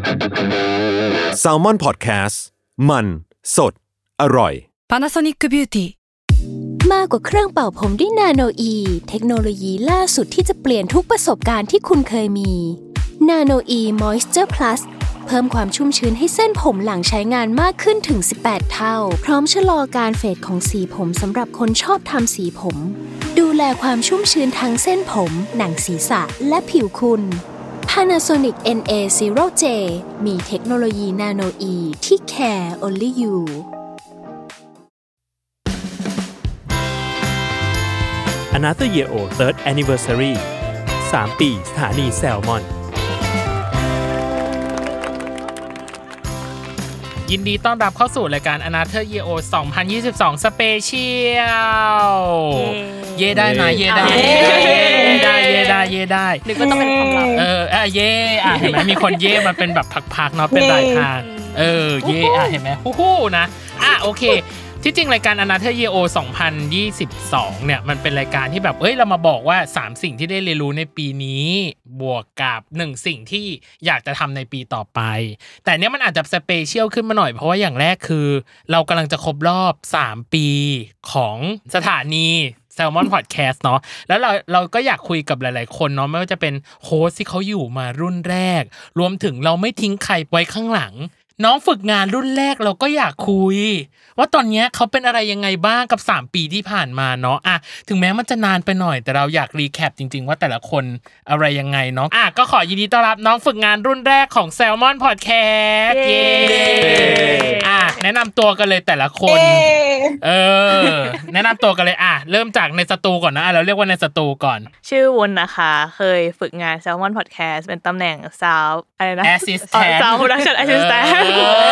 Salmon Podcast มันสดอร่อย Panasonic Beauty มากกว่าเครื่องเป่าผมด้วยนาโนอีเทคโนโลยีล่าสุดที่จะเปลี่ยนทุกประสบการณ์ที่คุณเคยมีนาโนอีมอยส์เจอร์พลัสเพิ่มความชุ่มชื้นให้เส้นผมหลังใช้งานมากขึ้นถึง18เท่าพร้อมชะลอการเฟดของสีผมสำหรับคนชอบทำสีผมดูแลความชุ่มชื้นทั้งเส้นผมหนังศีรษะและผิวคุณ Panasonic NA0J มีเทคโนโลยีนาโนอีที่ care only you Another Year O Third Anniversary 3 ปีสถานีแซลมอนยินดีต้อนรับเข้าสู่รายการ Another Year O 2022 Special เย่ได้นะเย่ได้นึกว่าต้องเป็นความลับเย่เห็นไหมมีคนเย่มันเป็นแบบพักๆเนาะเป็นรายทางเย่เห็นไหมฮู้ๆนะโอเคที่จริงรายการ Another Year O 2022เนี่ยมันเป็นรายการที่แบบเรามาบอกว่า3สิ่งที่ได้เรียนรู้ในปีนี้บวกกับ1สิ่งที่อยากจะทำในปีต่อไปแต่เนี้ยมันอาจจะสเปเชียลขึ้นมาหน่อยเพราะว่าอย่างแรกคือเรากำลังจะครบรอบ3ปีของสถานีSalmon Podcast เนาะแล้วเราก็อยากคุยกับหลายๆคนเนาะไม่ว่าจะเป็นโฮสต์ที่เขาอยู่มารุ่นแรกรวมถึงเราไม่ทิ้งใครไว้ข้างหลังน้องฝึกงานรุ่นแรกเราก็อยากคุยว่าตอนนี้เขาเป็นอะไรยังไงบ้างกับ3ปีที่ผ่านมาเนาะถึงแม้มันจะนานไปหน่อยแต่เราอยากรีแคปจริงๆว่าแต่ละคนอะไรยังไงเนาะก็ขอยินดีต้อนรับน้องฝึกงานรุ่นแรกของ Salmon Podcast เย้แนะนำตัวกันเลยแต่ละคนแนะนำตัวกันเลยเริ่มจากในสตูก่อนนะเราเรียกว่าในสตูก่อนชื่อวุ้นนะคะเคยฝึกงาน Salmon Podcast เป็นตำแหน่ง Sound อะไรนะ Assistant Sound Production Assistant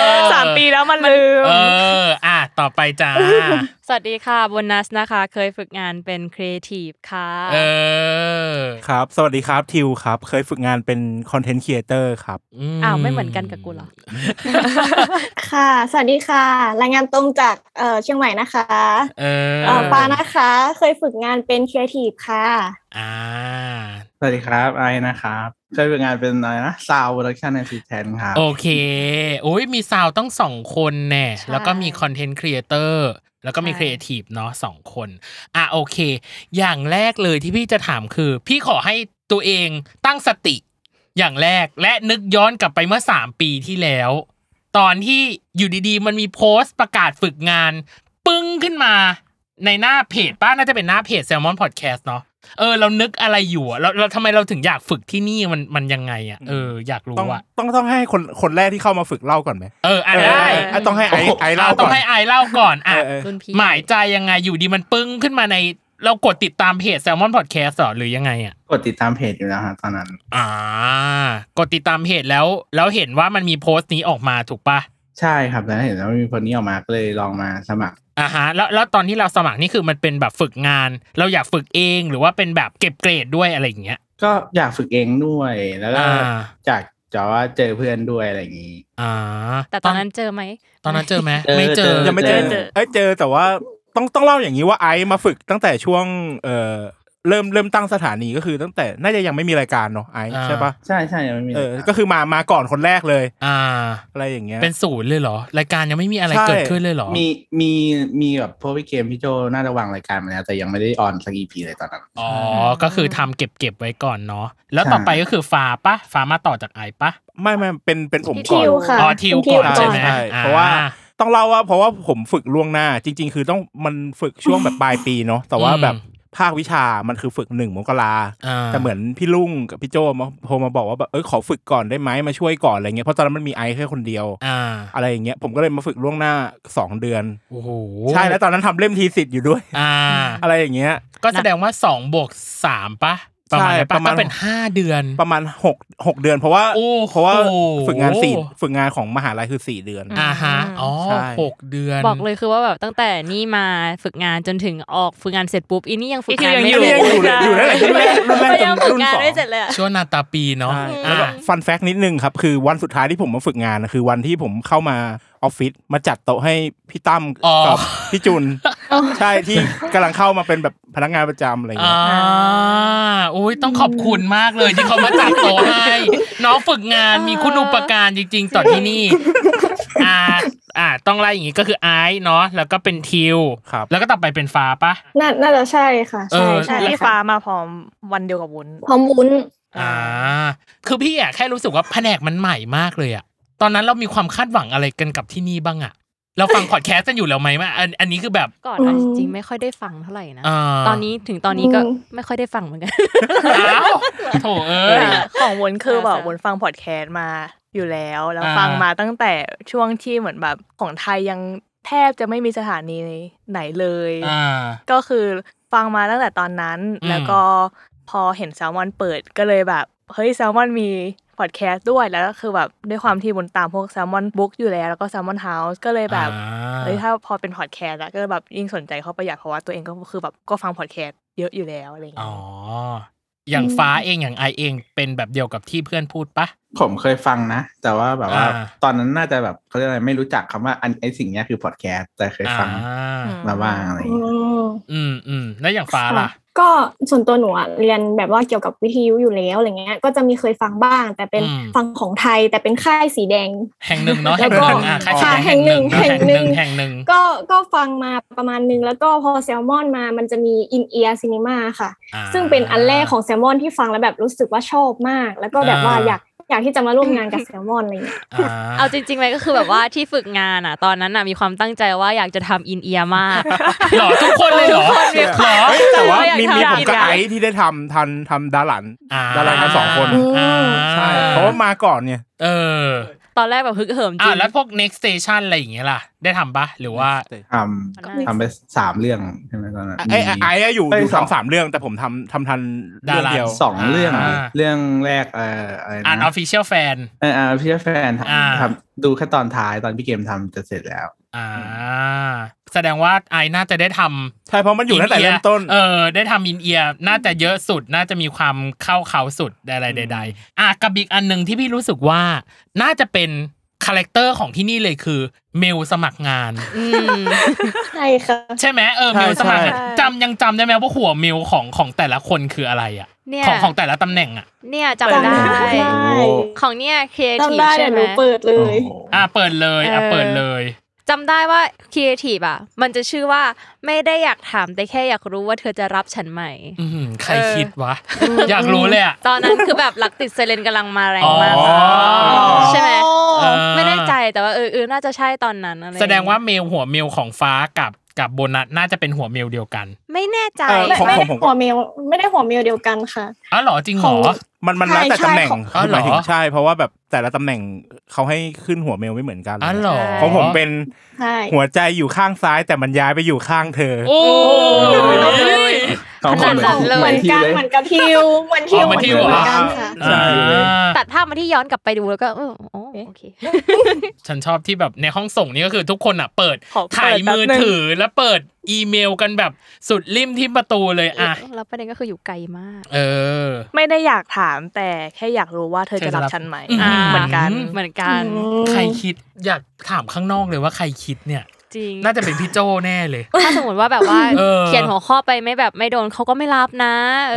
3 ปีแล้วมันลืมต่อไปจ้าสวัสดีค่ะโบนัสนะคะเคยฝึกงานเป็นครีเอทีฟค่ะครับสวัสดีครับทิวครับเคยฝึกงานเป็นคอนเทนต์ครีเอเตอร์ครับไม่เหมือนกันกับกูเหรอค่ะสวัสดีค่ะรายงานตรงจากเชียงใหม่นะคะปานะคะเคยฝึกงานเป็นครีเอทีฟค่ะสวัสดีครับไอนะครับเคยฝึกงานเป็นอะไรนะ Sound Production Assistant ครับโอเคมีซาวด์ต้อง2คนแน่แล้วก็มีคอนเทนต์ครีเอเตอร์แล้วก็มีครีเอทีฟเนาะ2คนโอเคอย่างแรกเลยที่พี่จะถามคือพี่ขอให้ตัวเองตั้งสติอย่างแรกและนึกย้อนกลับไปเมื่อ3ปีที่แล้วตอนที่อยู่ดีๆมันมีโพสต์ประกาศฝึกงานปึ้งขึ้นมาในหน้าเพจน่าจะเป็นหน้าเพจ Salmon Podcast เนาะเรานึกอะไรอยู่เราทำไมเราถึงอยากฝึกที่นี่มันยังไงอยากรู้ต้องให้คนแรกที่เข้ามาฝึกเล่าก่อนไหมได้ต้องให้ไอเล่าก่อนต้องให้ไอเล่าก่อนหมายใจยังไงอยู่ดีมันปึ้งขึ้นมาในเรากดติดตามเพจ Salmon Podcast หรือยังไงกดติดตามเพจอยู่แล้วฮะตอนนั้นกดติดตามเพจแล้วเห็นว่ามันมีโพสต์นี้ออกมาถูกปะใช่ครับแล้วเห็นว่ามีโพสต์นี้ออกมาก็เลยลองมาสมัครแล้วตอนที่เราสมัครนี่คือมันเป็นแบบฝึกงานเราอยากฝึกเองหรือว่าเป็นแบบเก็บเกรดด้วยอะไรอย่างเงี้ยก็อยากฝึกเองด้วยแล้วก็จากจะว่าเจอเพื่อนด้วยอะไรอย่างงี้แต่ตอนนั้นเจอไหมตอนนั้นเจอไหมไม่เจอยังไม่เจอเจอแต่ว่าต้องเล่าอย่างนี้ว่าไอมาฝึกตั้งแต่ช่วงเริ่มตั้งสถานีก็คือตั้งแต่น่าจะยังไม่มีรายการเนาะไอใช่ปะใช่ยังไม่มีก็คือมาก่อนคนแรกเลยอะไรอย่างเงี้ยเป็นศูนย์เลยเหรอรายการยังไม่มีอะไรเกิดขึ้นเลยเหรอมีแบบพวกพี่เกมพี่โจน่าจะวางรายการมาแล้วแต่ยังไม่ได้ออนสัก EP เลยตอนนั้นก็คือทำเก็บไว้ก่อนเนาะแล้วต่อไปก็คือฟ้ามาต่อจากไอปะไม่เป็นผมก่อนทิวก่อนใช่ไหมเพราะว่าต้องเล่าว่าเพราะว่าผมฝึกล่วงหน้าจริงๆคือต้องมันฝึกช่วงแบบปลายปีเนาะแต่ว่าแบบภาควิชามันคือฝึก1 มกราแต่เหมือนพี่ลุงกับพี่โจมาโทรมาบอกว่าแบบขอฝึกก่อนได้ไหมมาช่วยก่อนอะไรเงี้ยเพราะตอนนั้นมันมีไอแค่คนเดียวอะไรอย่างเงี้ยผมก็เลยมาฝึกล่วงหน้า2 เดือนโอ้โหใช่แล้วตอนนั้นทำเล่มทีสิทธิ์อยู่ด้วยอะไรอย่างเงี้ยก็แสดงว่า2+3ปะประมาณเป็น5เดือนประมาณ6เดือนเพราะว่าฝึกงานของมหาลัยคือ4เดือน 6เดือนบอกเลยคือว่าแบบตั้งแต่นี่มาฝึกงานจนถึงออกฝึกงานเสร็จปุ๊บนี่ยังฝึกงานไม่อยู่ได้เลยรุ่นแรกจนรุ่น2ไม่เสร็จเลยช่วงนาตาปีเนาะแล้วก็ฟันแฟกต์นิดนึงครับคือวันสุดท้ายที่ผมมาฝึกงานคือวันที่ผมเข้ามาออฟฟิศมาจัดโต๊ะให้พี่ตั้มกับพี่จุนใช่ที่กำลังเข้ามาเป็นแบบพนักงานประจำอะไรอย่างเงี้ยอุ้ยต้องขอบคุณมากเลยที่เขามาจัดโต๊ะให้น้องฝึกงานมีคุณูปการจริงๆต่อที่นี่ต้องไล่อย่างงี้ก็คือไอซ์เนาะแล้วก็เป็นทิวแล้วก็ต่อไปเป็นฟ้าปะน่าจะใช่ค่ะใช่พี่ฟ้ามาพร้อมวันเดียวกับวุ้นพร้อมวุ้นคือพี่แค่รู้สึกว่าแผนกมันใหม่มากเลยอะตอนนั้นเรามีความคาดหวังอะไรกันกับที่นี่บ้างอะเราฟังพอดแคสต์กันอยู่แล้วไหมอันนี้คือแบบก่อนจริงๆไม่ค่อยได้ฟังเท่าไหร่นะตอนนี้ก็ไม่ค่อยได้ฟังเหมือนกันโถของวุ้นคือแบบวุ้นฟังพอดแคสต์มาอยู่แล้วฟังมาตั้งแต่ช่วงที่เหมือนแบบของไทยยังแทบจะไม่มีสถานีไหนเลยก็คือฟังมาตั้งแต่ตอนนั้นแล้วก็พอเห็นแซลมอนเปิดก็เลยแบบเฮ้ยแซลมอนมีพอดแคสต์ด้วยแล้วก็คือแบบด้วยความที่บุญตามพวกแซลมอนบุ๊กอยู่แล้วก็แซลมอนเฮาส์ก็เลยแบบเฮ้ยถ้าพอเป็นพอดแคสต์ก็แบบยิ่งสนใจเข้าไปอยากเพราะว่าตัวเองก็คือแบบก็ฟังพอดแคสต์เยอะอยู่แล้วอะไรอย่างเงี้ยอย่างฟ้าเองอย่างไอเองเป็นแบบเดียวกับที่เพื่อนพูดปะผมเคยฟังนะแต่ว่าแบบว่าตอนนั้นน่าจะแบบเขาเรียกอะไรไม่รู้จักคำว่าไอสิ่งนี้คือพอดแคสต์แต่เคยฟังมาบ้างอะไรอย่างเงี้ยแล้วอย่างฟ้าล่ะก็ส่วนตัวหนูเรียนแบบว่าเกี่ยวกับวิทยุอยู่แล้วอะไรเงี้ยก็จะมีเคยฟังบ้างแต่เป็นฟังของไทยแต่เป็นค่ายสีแดงแห่งหนึ่งเนาะแล้วก็แห่งหนึ่งก็ฟังมาประมาณนึงแล้วก็พอแซลมอนมามันจะมีอินเอียร์ซินิม่าค่ะซึ่งเป็นอันแรกของแซลมอนที่ฟังแล้วแบบรู้สึกว่าชอบมากแล้วก็แบบว่าอยากที่จะมาร่วมงานกับแซลมอนอะไรอย่างเงี้ยเอาจริงๆเลยก็คือแบบว่าที่ฝึกงานตอนนั้นมีความตั้งใจว่าอยากจะทำอินเอียร์มากหรอทุกคนเลยหรอแต่ว่ามีผมกับไอซ์ที่ได้ทำดารันกัน2คนใช่เพราะว่ามาก่อนเนี่ยตอนแรกแบบฮึกเหิมจริงแล้วพวก next station อะไรอย่างเงี้ยล่ะได้ทำปะหรือว่าทำไป3เรื่องใช่ไหมตอนนั้นไอ้อยู่ทำ3เรื่องแต่ผมทำทันเรื่องเดียว 2เรื่องแรกอะไรนะ official fan official fan ทำดูแค่ตอนท้ายตอนพี่เกมทำจะเสร็จแล้วแสดงว่าไอน่าจะได้ทำใช่เพราะมันอยู่ตั้งแต่เริ่มต้นได้ทำอินเอียน่าจะเยอะสุดน่าจะมีความเข้าเขาสุดอะไรใดๆกับอีกอันนึงที่พี่รู้สึกว่าน่าจะเป็นคาแรคเตอร์ของที่นี่เลยคือเมลสมัครงานใช่ค่ะใช่ไหมเมลสมัครยังจำได้ไหมว่าหัวเมลของแต่ละคนคืออะไรอ่ะของแต่ละตำแหน่งอ่ะเนี่ยจำได้ของเนี่ยครีเอทีฟใช่ไหมเปิดเลยเปิดเลยจำได้ว่าครีเอทีฟมันจะชื่อว่าไม่ได้อยากถามแต่แค่อยากรู้ว่าเธอจะรับฉันไหมใครคิดวะอยากรู้เลยตอนนั้นคือแบบรักติดไซเลนกำลังมาแรงมากใช่ไหมไม่แน่ใจแต่ว่าน่าจะใช่ตอนนั้นอะไรแสดงว่าหัวเมลของฟ้ากับโบนัสน่าจะเป็นหัวเมลเดียวกันไม่แน่ใจไม่ได้หัวเมลเดียวกันค่ะเหรอจริงเหรอมันแล้วแต่ตำแหน่งหมายถึงใช่เพราะว่าแบบแต่ละตำแหน่งเขาให้ขึ้นหัวเมลไม่เหมือนกันของผมเป็นหัวใจอยู่ข้างซ้ายแต่มันย้ายไปอยู่ข้างเธอขนาดนั้นเลยเหมือนกับทิวเหมือนกันค่ะตัดภาพมาที่ย้อนกลับไปดูแล้วก็โอเคฉันชอบที่แบบในห้องส่งนี่ก็คือทุกคนเปิดถ่ายมือถือแล้วเปิดอีเมลกันแบบสุดริมที่ประตูเลยแล้วประเด็นก็คืออยู่ไกลมากไม่ได้อยากถามแต่แค่อยากรู้ว่าเธอจะรับฉันไหมเหมือนกันใครคิดอยากถามข้างนอกเลยว่าใครคิดเนี่ยจริงน่าจะเป็นพี่โจแน่เลยถ้าสมมติว่าแบบว่าเขียนหัวข้อไปไม่โดนเขาก็ไม่รับนะ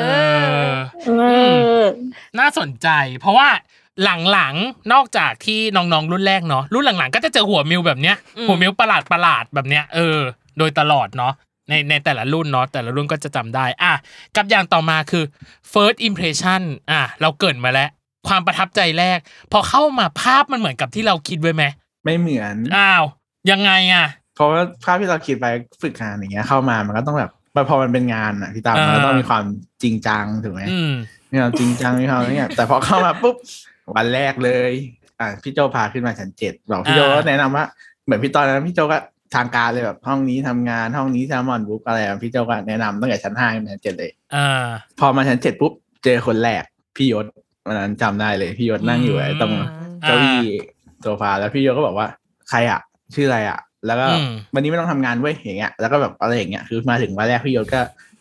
น่าสนใจเพราะว่าหลังๆนอกจากที่น้องๆรุ่นแรกเนาะรุ่นหลังๆก็จะเจอหัวมิวแบบเนี้ยหัวมิวประหลาดแบบเนี้ยโดยตลอดเนาะในแต่ละรุ่นเนาะแต่ละรุ่นก็จะจำได้กับอย่างต่อมาคือ first impression เราเกิดมาแล้วความประทับใจแรกพอเข้ามาภาพมันเหมือนกับที่เราคิดไว้ไหมไม่เหมือนยังไงเพราะว่าภาพที่เราคิดไปฝึกงานอย่างเงี้ยเข้ามามันก็ต้องแบบพอมันเป็นงานพี่ตามมันก็ต้องมีความจริงจังถูกไหมมีความจริงจังมีความอะไรเงี้ยแต่พอเข้ามาปุ๊บวันแรกเลยพี่โจพาขึ้นมาชั้น7บอกพี่โจก็แนะนำว่าเหมือนพี่ตอนนั้นพี่โจก็ทางการเลยแบบห้องนี้ทำงานห้องนี้แซลมอนบุ๊กอะไรพี่โจก็แนะนำตั้งแต่ชั้น5ขึ้นมาชั้น7เลยพอมาชั้น7ปุ๊บเจอคนแรกพี่ยศวันนั้นจำได้เลยพี่ยศนั่งอยู่ตรงเก้าอี้โซฟาแล้วพี่ยศก็บอกว่าใครชื่ออะไรแล้วก็วันนี้ไม่ต้องทำงานเว้ยอย่างเงี้ยแล้วก็แบบอะไรอย่างเงี้ยคือมาถึงวันแรกพี่ยศก็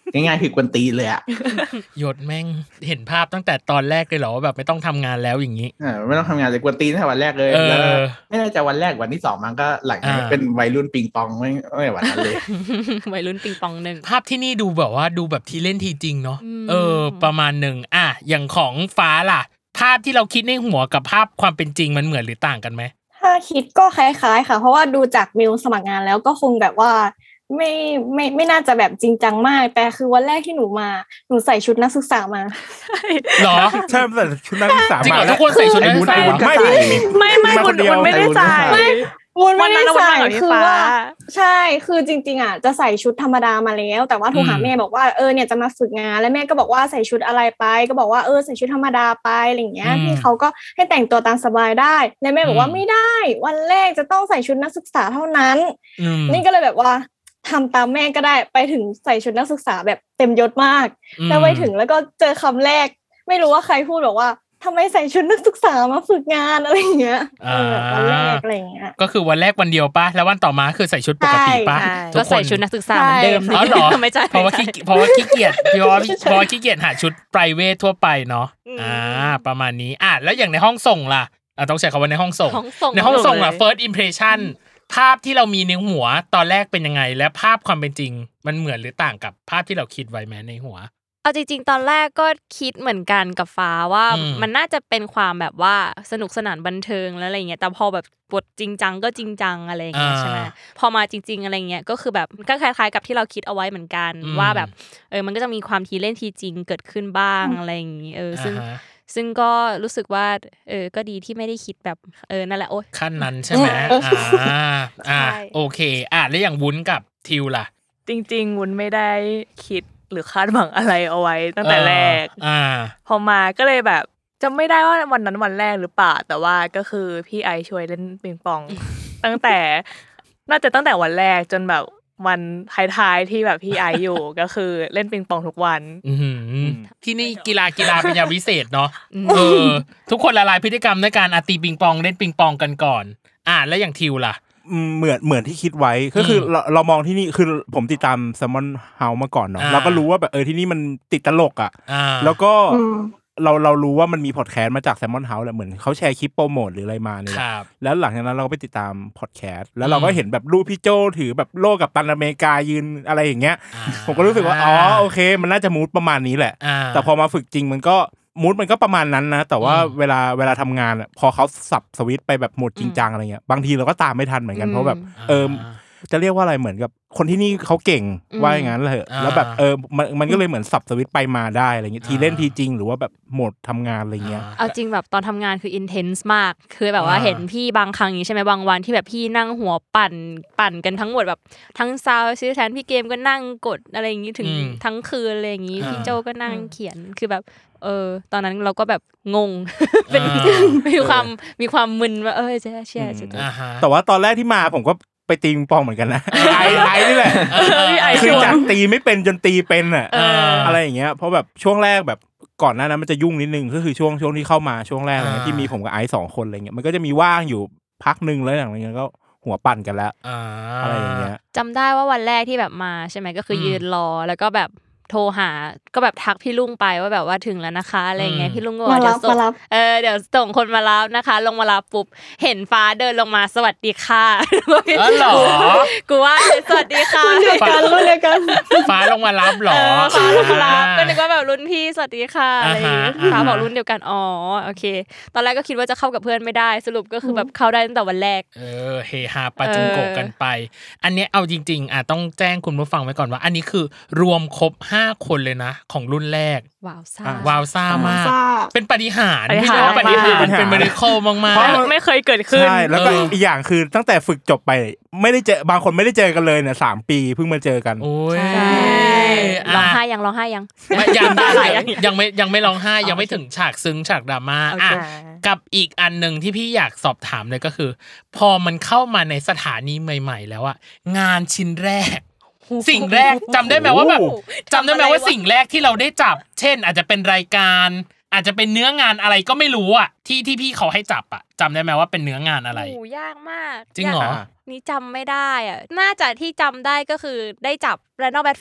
ง่ายๆคือกวนตีนเลยอ่ะยศแม่งเห็นภาพตั้งแต่ตอนแรกเลยเหรอว่าแบบไม่ต้องทำงานแล้วอย่างนี้ไม่ต้องทำงานเลยกวนตีนตั้งแต่วันแรกเลยแล้วไม่แน่ใจวันแรกวันที่2มันก็หลังจากเป็นวัยรุ่นปิงปองไม่วันนั้นเลยวัยรุ่นปิงปองนึงภาพที่นี่ดูแบบว่าดูแบบทีเล่นทีจริงเนาะประมาณนึงอย่างของฟ้าล่ะภาพที่เราคิดในหัวกับภาพความเป็นจริงมันเหมือนหรือต่างกันไหมถ้าคิดก็คล้ายๆค่ะเพราะว่าดูจากมิวสมัครงานแล้วก็คงแบบว่าไม่น่าจะแบบจริงจังมากแต่คือวันแรกที่หนูใส่ชุดนักศึกษามาใช่หรอใช่ใส่ชุดนักศึกษามาทุกคนใส่ชุดนักศึกษาไม่คุณไม่ได้ใส่วุ้นไม่ได้ใส่คือว่าใช่คือจริงๆอ่ะจะใส่ชุดธรรมดามาแล้วแต่ว่าโทรหาแม่บอกว่าเนี่ยจะมาฝึกงานแล้วแม่ก็บอกว่าใส่ชุดอะไรไปก็บอกว่าใส่ชุดธรรมดาไปอะไรอย่างเงี้ยพี่เขาก็ให้แต่งตัวตามสบายได้แล้วแม่บอกว่าไม่ได้วันแรกจะต้องใส่ชุดนักศึกษาเท่านั้นนี่ก็เลยแบบว่าทำตามแม่ก็ได้ไปถึงใส่ชุดนักศึกษาแบบเต็มยศมากแล้วไปถึงแล้วก็เจอคำแรกไม่รู้ว่าใครพูดบอกว่าทำไมใส่ชุดนักศึกษามาฝึกงานอะไรอย่างเงี้ยวันแรกอะไรอย่างเงี้ยก็คือวันแรกวันเดียวป่ะแล้ววันต่อมาคือใส่ชุดปกติป่ะก็ใส่ชุดนักศึกษาเหมือนเดิมอ๋อเหรอเพราะว่าขี้เกียจเพราะว่าขี้เกียจหาชุด private ทั่วไปเนาะประมาณนี้แล้วอย่างในห้องส่งล่ะต้องใช้คำว่าในห้องส่งในห้องส่งล่ะ first impression ภาพที่เรามีในหัวตอนแรกเป็นยังไงและภาพความเป็นจริงมันเหมือนหรือต่างกับภาพที่เราคิดไว้ไหมในหัวเอาจริงๆตอนแรกก็คิดเหมือนกันกับฟ้าว่ามันน่าจะเป็นความแบบว่าสนุกสนานบันเทิงแล้วอะไรเงี้ยแต่พอแบบบทจริงจังก็จริงจังอะไรอย่างเงี้ยใช่ไหมพอมาจริงๆอะไรเงี้ยก็คือแบบก็คล้ายๆกับที่เราคิดเอาไว้เหมือนกันว่าแบบมันก็จะมีความทีเล่นทีจริงเกิดขึ้นบ้างอะไรอย่างงี้ซึ่งก็รู้สึกว่าก็ดีที่ไม่ได้คิดแบบนั่นแหละโอ๊ยขั้นนั้นใช่ไหมโอเคแล้วอย่างวุ้นกับทิวล่ะจริงๆวุ้นไม่ได้คิดหรือคาดหวังอะไรเอาไว้ตั้งแต่แรกพอมาก็เลยแบบจำไม่ได้ว่าวันนั้นวันแรกหรือเปล่าแต่ว่าก็คือพี่ไอช่วยเล่นปิงปองตั้งแต่น่าจะตั้งแต่วันแรกจนแบบวันท้ายๆที่แบบพี่ไออยู่ก็คือเล่นปิงปองทุกวันที่นี่กีฬาเป็นอย่างพิเศษเนาะทุกคนละลายพฤติกรรมในการตีปิงปองเล่นปิงปองกันก่อนแล้วอย่างทิวล่ะเหมือนที่คิดไว้ก็คือเรามองที่นี่คือผมติดตาม Salmon House มาก่อนเนาะเราก็รู้ว่าแบบที่นี่มันติดตลกแล้วก็เรารู้ว่ามันมีพอดแคสต์มาจาก Salmon House แหละเหมือนเขาแชร์คลิปโปรโมทหรืออะไรมาเนี่ยแล้วหลังจากนั้นเราก็ไปติดตามพอดแคสต์แล้วเราก็เห็นแบบรูปพี่โจถือแบบโล่กับตันอเมริกายืนอะไรอย่างเงี้ยผมก็รู้สึกว่าโอเคมันน่าจะมูดประมาณนี้แหละแต่พอมาฝึกจริงมันก็มูดมันก็ประมาณนั้นนะแต่ว่าเวลาทำงานพอเขาสับสวิตช์ไปแบบโหมดจริงจังอะไรเงี้ยบางทีเราก็ตามไม่ทันเหมือนกันเพราะแบบจะเรียกว่าอะไรเหมือนกับคนที่นี่เขาเก่งว่าอย่างนั้นเลยแล้วแบบมันก็เลยเหมือนสับสวิตช์ไปมาได้อะไรเงี้ยทีเล่นทีจริงหรือว่าแบบโหมดทำงานอะไรเงี้ยเอาจริงแบบตอนทำงานคือ intense มากคือแบบว่าเห็นพี่บางครั้งนี้ใช่ไหมบางวันที่แบบพี่นั่งหัวปั่นกันทั้งหมดแบบทั้งซาวด์ซิสแทนพี่เกมก็นั่งกดอะไรอย่างงี้ถึงทั้งคืนอะไรอย่างงี้พี่โจก็นั่งเขียนคือแบบตอนนั้นเราก็แบบงงเป็นมีความมึนว่าจะเชื่อแต่ว่าตอนแรกที่มาผมก็ไปตีปิงปองเหมือนกันนะไอนี่แหละคือจากตีไม่เป็นจนตีเป็นอะไรอย่างเงี้ยเพราะแบบช่วงแรกแบบก่อนหน้านั้นมันจะยุ่งนิดนึงก็คือช่วงที่เข้ามาช่วงแรกอะไรที่มีผมกับไอซ์2คนอะไรเงี้ยมันก็จะมีว่างอยู่พักนึงแล้วอย่างเงี้ยก็หัวปั่นกันแล้วอะไรอย่างเงี้ยจำได้ว่าวันแรกที่แบบมาใช่ไหมก็คือยืนรอแล้วก็แบบโทรหาก็แบบทักพี่ลุงไปว่าแบบว่าถึงแล้วนะคะอะไรเงี้ยพี่ลุงก็บอกเดี๋ยวส่งคนมารับนะคะลงมารับปุ๊บเห็นฟ้าเดินลงมาสวัสดีค่ะหรอกูว่าสวัสดีค่ะรุ่นเดียวกันฟ้าลงมารับหรอฟ้าลงมารับก็นึกว่าแบบรุ่นพี่สวัสดีค่ะอะไรฟ้าบอกรุ่นเดียวกันโอเคตอนแรกก็คิดว่าจะเข้ากับเพื่อนไม่ได้สรุปก็คือแบบเข้าได้ตั้งแต่วันแรกเฮฮาปาจิงโกะกันไปอันนี้เอาจริงๆต้องแจ้งคุณผู้ฟังไว้ก่อนว่าอันนี้คือรวมครบ5คนเลยนะของรุ่นแรกว้าวซ่ามากเป็นปาฏิหาริย์พี่เรียกว่าปาฏิหาริย์เป็นมิราเคิลมากๆเพราะไม่เคยเกิดขึ้นใช่แล้วก็อีกอย่างคือตั้งแต่ฝึกจบไปไม่ได้เจอบางคนไม่ได้เจอกันเลยเนี่ย3 ปีเพิ่งมาเจอกันโอ้ยร้องไห้ยังยังไม่ร้องไห้ยังไม่ถึงฉากซึ้งฉากดราม่ากับอีกอันนึงที่พี่อยากสอบถามเลยก็คือพอมันเข้ามาในสถานีใหม่ๆแล้วอะงานชิ้นแรกสิ่งแรกจำได้ไหมว่าสิ่งแรกที่เราได้จับเช่นอาจจะเป็นรายการอาจจะเป็นเนื้องานอะไรก็ไม่รู้อ่ะที่พี่เขาให้จับอ่ะจำได้ไหมว่าเป็นเนื้องานอะไรยากมากจริงเหรอนี่จำไม่ได้อ่ะน่าจะที่จำได้ก็คือได้จับ Random Bad Fact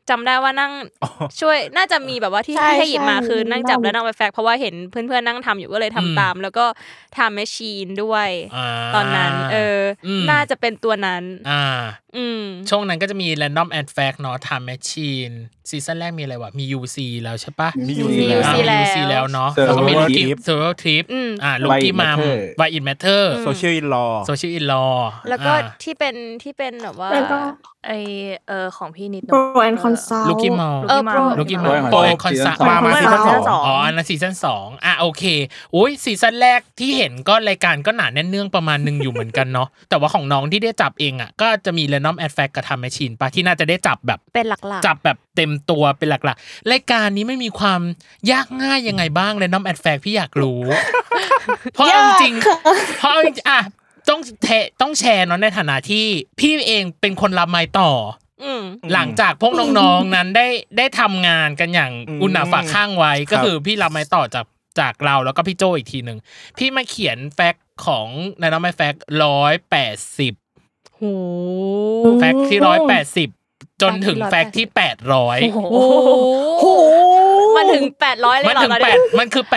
จำได้ว่านั่งช่วยน่าจะมีแบบว่าที่ให้หยิบมาคือนั่งจับแล้วนั่งไปแฟกเพราะว่าเห็นเพื่อนๆนั่งทำอยู่ก็เลยทำตามแล้วก็ทำแมชชีนด้วยตอนนั้นน่าจะเป็นตัวนั้นช่วงนั้นก็จะมี Random and Fact เนาะ Time Machine ซีซั่นแรกมีอะไรวะมี UC แล้วใช่ปะมี UC แล้วเนาะแล้วก็มี Survival Trip Lucky Mom Why It Matter Social in Law แล้วก็ที่เป็นแบบว่าไอของพี่นิด Pro and Consult Lucky Mom Pro and Consult มาซีซั่น2 อ๋ออันนั้นซีซั่น2โอเคโอ้ยซีซั่นแรกที่เห็นก็รายการก็หนาแน่นเนื่องประมาณนึงอยู่เหมือนกันเนาะแต่ว่าของน้องที่ได้จับเองอ่ะก็จะมี Random and Fact กับ Time Machine ป่ะที่น่าจะได้จับแบบเป็นหลักๆจับแบบเต็มตัวเป็นหลักๆรายการนี้ไม่มีความยากง่ายยังไงบ้าง Random and Fact พี่อยากรู้ เพราะจริงๆเพราะอ่ะต้องแชร์เนาะในฐานะที่พี่เองเป็นคนรับไม้ต่อหลังจากพวกน้องๆนั้นได้ทำงานกันอย่างอุณหฝาข้างไว้ก็คือพี่รับไม้ต่อจากเราแล้วก็พี่โจอีกทีนึงพี่มาเขียนแฟกต์ของในน้องไม้แฟกต์180โหแฟกต์ที่180จนถึงแฟกต์ที่800โอ้โหมันถึง800เลยเหรอมันคือ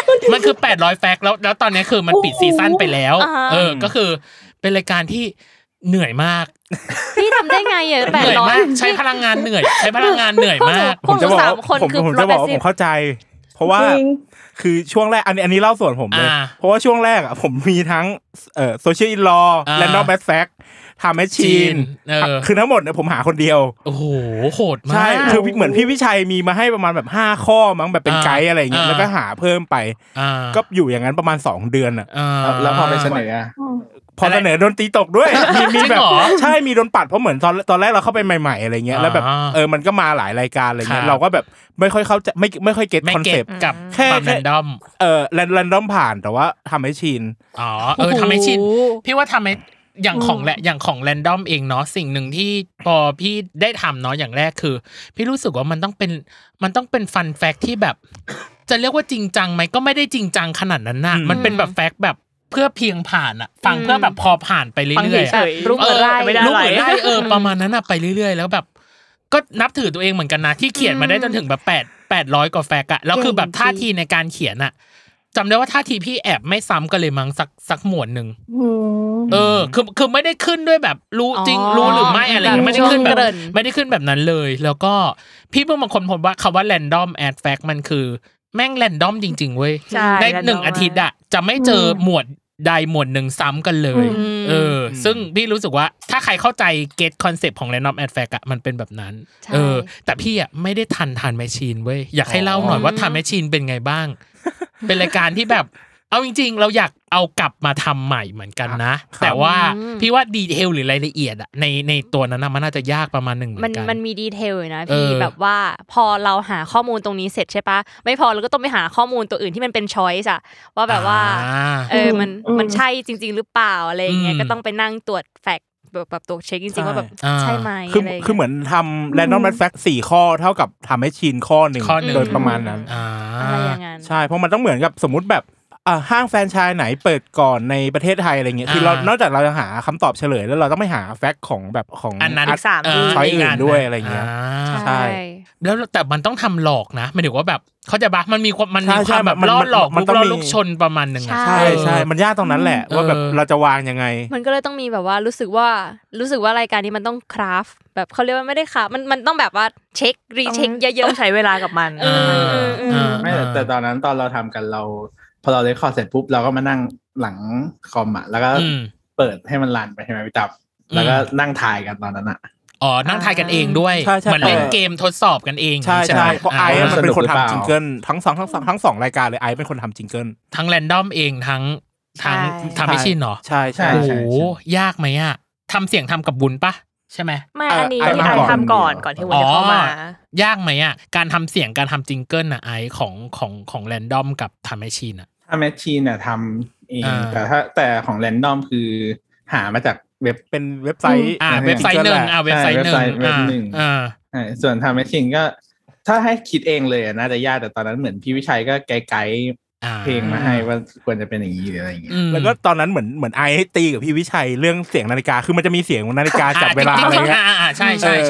800แฟกต์แล้วตอนนี้คือมันปิดซีซั่นไปแล้วก็คือเป็นรายการที่เหนื่อยมากพี่ทำได้ไงอ่ะ 800ใช้พลังงานเหนื่อยมากผมจะบอกผมเข้าใจเพราะว่าคือช่วงแรกอันนี้เล่าส่วนผมเลยเพราะว่าช่วงแรกอ่ะผมมีทั้งSocial in Law Random and Fact Time Machine คือทั้งหมดเนี่ยผมหาคนเดียวโอ้โหโหดมากใช่คือเหมือนพี่วิชัยมีมาให้ประมาณแบบ5ข้อมั้งแบบเป็นไกด์อะไรอย่างเงี้ยแล้วก็หาเพิ่มไปก็อยู่อย่างนั้นประมาณ2เดือนอ่ะแล้วพอไปเสนอพอเสนอโดนตีตกด้วยมีแบบใช่มีโดนปัดเพราะเหมือนตอนแรกเราเข้าไปใหม่ๆอะไรเงี้ยแล้วแบบมันก็มาหลายรายการอะไรเงี้ยเราก็แบบไม่ค่อยเข้าใจไม่ค่อยเก็ตคอนเซปต์กับความแรนดอมแรนดอมผ่านแต่ว่าทำให้ชินทำให้ชินพี่ว่าทำให้อย่างของแรนดอมเองเนาะสิ่งหนึ่งที่พอพี่ได้ทำเนาะอย่างแรกคือพี่รู้สึกว่ามันต้องเป็นฟันแฟกต์ที่แบบจะเรียกว่าจริงจังไหมก็ไม่ได้จริงจังขนาดนั้นนะมันเป็นแบบแฟกต์แบบเพื่อเพียงผ่านอ่ะฟังเพื่อแบบพอผ่านไปเรื่อยๆรู้เหมือนไล่ประมาณนั้นอ่ะไปเรื่อยๆแล้วแบบก็นับถือตัวเองเหมือนกันนะที่เขียนมาได้จนถึงแบบ800กว่าแฟกต์อ่ะแล้วคือแบบท่าทีในการเขียนอ่ะจำได้ว่าท่าทีพี่แอบไม่ซ้ำกันเลยมั้งสักหมวดนึงคือไม่ได้ขึ้นด้วยแบบรู้จริงรู้หรือไม่อะไรอย่างเงี้ยไม่ได้ขึ้นแบบนั้นเลยแล้วก็พี่เพิ่งมาค้นพบว่าคำว่า random and fact มันคือแม่งแรนดอมจริงๆเว้ยใน1อาทิตย์อะจะไม่เจอหมวดใดหมวดหนึ่งซ้ำกันเลยซึ่งพี่รู้สึกว่าถ้าใครเข้าใจเก็ตคอนเซปต์ของ Random and Fact อะมันเป็นแบบนั้นแต่พี่อะไม่ได้ทันแมชชีนเว้ยอยากให้เล่าหน่อยว่าทันแมชชีนเป็นไงบ้างเป็นรายการที่แบบเอาจริงๆเราอยากเอากลับมาทำใหม่เหมือนกันนะแต่ว่าพี่ว่าดีเทลหรือรายละเอียดอะในตัวนั้นมันน่าจะยากประมาณนึงเหมือนกันมันมีดีเทลอยู่นะพี่แบบว่าพอเราหาข้อมูลตรงนี้เสร็จใช่ปะไม่พอเราก็ต้องไปหาข้อมูลตัวอื่นที่มันเป็นช้อยส์อะว่าแบบว่ามันใช่จริงๆหรือเปล่าอะไรอย่างเงี้ยก็ต้องไปนั่งตรวจแฟกต์แบบตัวเช็คจริงๆว่าแบบใช่ไหมอะไรคือเหมือนทำ Random and Fact 4 ข้อเท่ากับทำให้ชินข้อ1โดยประมาณนั้นอะไรอย่างงั้นใช่เพราะมันต้องเหมือนกับสมมุติแบบห้างแฟรนไชส์ไหนเปิดก่อนในประเทศไทยอะไรเงี้ยคือเรานอกจากเราจะหาคำตอบเฉลยแล้วเราต้องไปหาแฟกต์ของแบบของอันนั้นช้อยอื่นด้วยอะไรเงี้ยใช่แล้วแต่มันต้องทำหลอกนะหมายถึงว่าแบบเขาจะบักมันมีความแบบล่อหลอกมันต้องลูกชนประมาณนึงใช่มันยากตรงนั้นแหละว่าแบบเราจะวางยังไงมันก็เลยต้องมีแบบว่ารู้สึกว่ารายการนี้มันต้องคราฟแบบเขาเรียกว่าไม่ได้คราฟมันต้องแบบว่าเช็ครีเช็คเยอะๆต้องใช้เวลากับมันไม่แต่ตอนนั้นตอนเราทำกันเราพอเราเรคคอร์ดเสร็จปุ๊บเราก็มานั่งหลังคอมอ่ะแล้วก็เปิดให้มันรันไปใช่ไหมพี่ตับแล้วก็นั่งถ่ายกันตอนนั้นอ่ะนั่งถ่ายกันเองด้วยเหมือนเล่นเกมทดสอบกันเองใช่เพราะไอซ์มันเป็นคนทำจิงเกิลทั้ง2รายการเลยไอซ์เป็นคนทำจิงเกิลทั้งแรนดอมเองทั้งทำไม่ชินเหรอใช่โอ้โหยากไหมอ่ะทำเสียงทำกับบุญปะใช่ไหมไม่อันนี้ที่ไอทำก่อนที่วันจะเข้ามายากไหมอ่ะการทำเสียงการทำจิงเกิลอ่ะไอของแรนดอมกับทำแมชชีนอ่ะทำแมชชีนเนี่ยทำเองแต่ของแรนดอมคือหามาจากเว็บเป็นเว็บไซต์เว็บไซต์หนึ่งเว็บไซต์หนึ่งส่วนทำแมชชีนก็ถ้าให้คิดเองเลยน่าจะยากแต่ตอนนั้นเหมือนพี่วิชัยก็ไกด์เพลงมาให้ว่าควรจะเป็นอย่างนี้หรืออะไรอย่างเงี้ยแล้วก็ตอนนั้นเหมือนไอให้ตีกับพี่วิชัยเรื่องเสียงนาฬิกาคือมันจะมีเสียงนาฬิกาจับเวลาอะไรเงี้ยใช่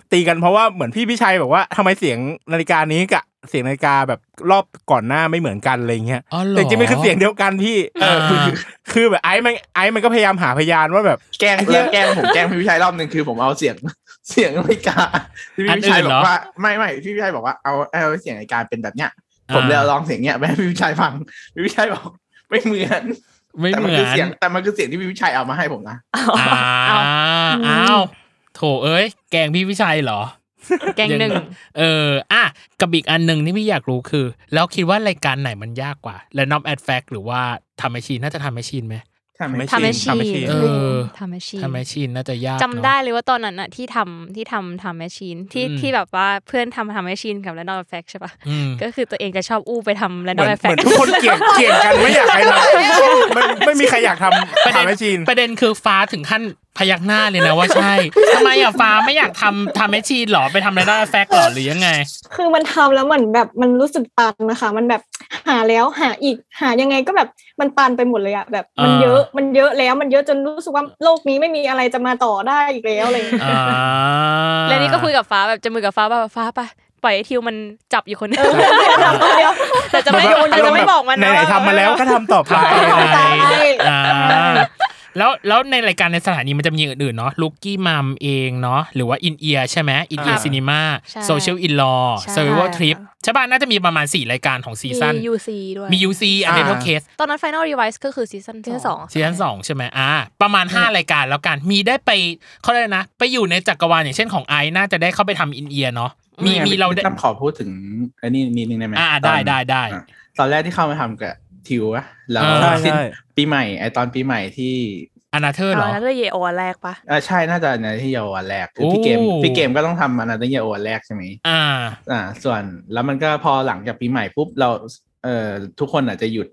ตีกันเพราะว่าเหมือนพี่ชัยบอกว่าทำไมเสียงนาฬิกานี้กับเสียงนาฬิกาแบบรอบก่อนหน้าไม่เหมือนกันอะไรเงี้ยแต่จริงๆมันคือเสียงเดียวกันพี่คือแบบไอ้มันก็พยายามหาพยานว่าแบบแกล้งผมแกล้งพี่ชัยรอบนึงคือผมเอาเสียงนาฬิกาที่พี่ชัยบอกว่าไม่พี่ชัยบอกว่าเอาเสียงนาฬิกาเป็นแบบเนี้ยผมเลยลองเสียงเนี้ยไปให้พี่ชัยฟังพี่ชัยบอกไม่เหมือนแต่มันคือเสียงที่พี่ชัยเอามาให้ผมนะอ้าวโถเอ้ยแกล้งพี่วิชัยเหรอแกงหนึ่งกับอีกอันหนึ่งที่พี่อยากรู้คือแล้วคิดว่ารายการไหนมันยากกว่า Random Act Fact หรือว่าทำแมชชีนน่าจะทำแมชชีนไหมทำแมชชีนทำแมชชีนน่าจะยากจำได้เลยว่าตอนนั้นอะที่ทำแมชชีนที่แบบว่าเพื่อนทำแมชชีนกับ Random Act Fact ใช่ปะก็คือตัวเองจะชอบอู้ไปทำ Random Act Fact เหมือนทุกคนเกี่ยงกันไม่อยากใครทำไม่มีใครอยากทำแมชชีนประเด็นคือฟ้าถึงขั้นพยักหน้าเลยนะว่าใช่ทำไมอ่ะฟ้าไม่อยากทำแมชชีนหรอไปทำRandom Act Factหรอหรือยังไงคือมันทำแล้วเหมือนแบบมันรู้สึกตันนะคะมันแบบหาแล้วหาอีกหายังไงก็แบบมันตันไปหมดเลยอ่ะแบบมันเยอะแล้วมันเยอะจนรู้สึกว่าโลกนี้ไม่มีอะไรจะมาต่อได้อีกแล้วอะไรอย่างเงี้ยแล้วนี่ก็คุยกับฟ้าแบบจะมือกับฟ้าแบบฟ้าไปปล่อยไอ้ทิวมันจับอยู่คนเดียวแต่จะไม่บอกมันนะไหนทำมาแล้วก็ทำต่อไปแล้วในรายการในสถานีมันจะมีอื่นๆเนาะลูกกี้มัมเองเนาะหรือว่าอินเอียใช่ไหมอินเอียซีนีมาโซเชียลอินลอว์เซอร์ไววัลทริปใช่ป่ะน่าจะมีประมาณ4รายการของซีซั่นมี UC ด้วยมี UC อันเดอร์เคสตอนนั้น Final Revise ก็คือซีซั่น 2ใช่ไหมประมาณ5รายการแล้วกันมีได้ไปเขาเรียกนะไปอยู่ในจักรวาลอย่างเช่นของไอน่าจะได้เข้าไปทำอินเอียเนาะมีเราได้ขอพูดถึงอันนี้นิดนึงได้ไหมได้ตอนแรกที่เข้ามาทำกับทิวอะแล้วปีใหม่ไอตอนปีใหม่ที่อนาเธอร์เหรออนาเธอร์เยโอวันแรกปะใช่น่าจะอนาเธอร์เยโอวันแรกคือพี่เกมก็ต้องทำอนาเธอร์เยโอวันแรกใช่ไหมส่วนแล้วมันก็พอหลังจากปีใหม่ปุ๊บเราทุกคนอาจจะหยุด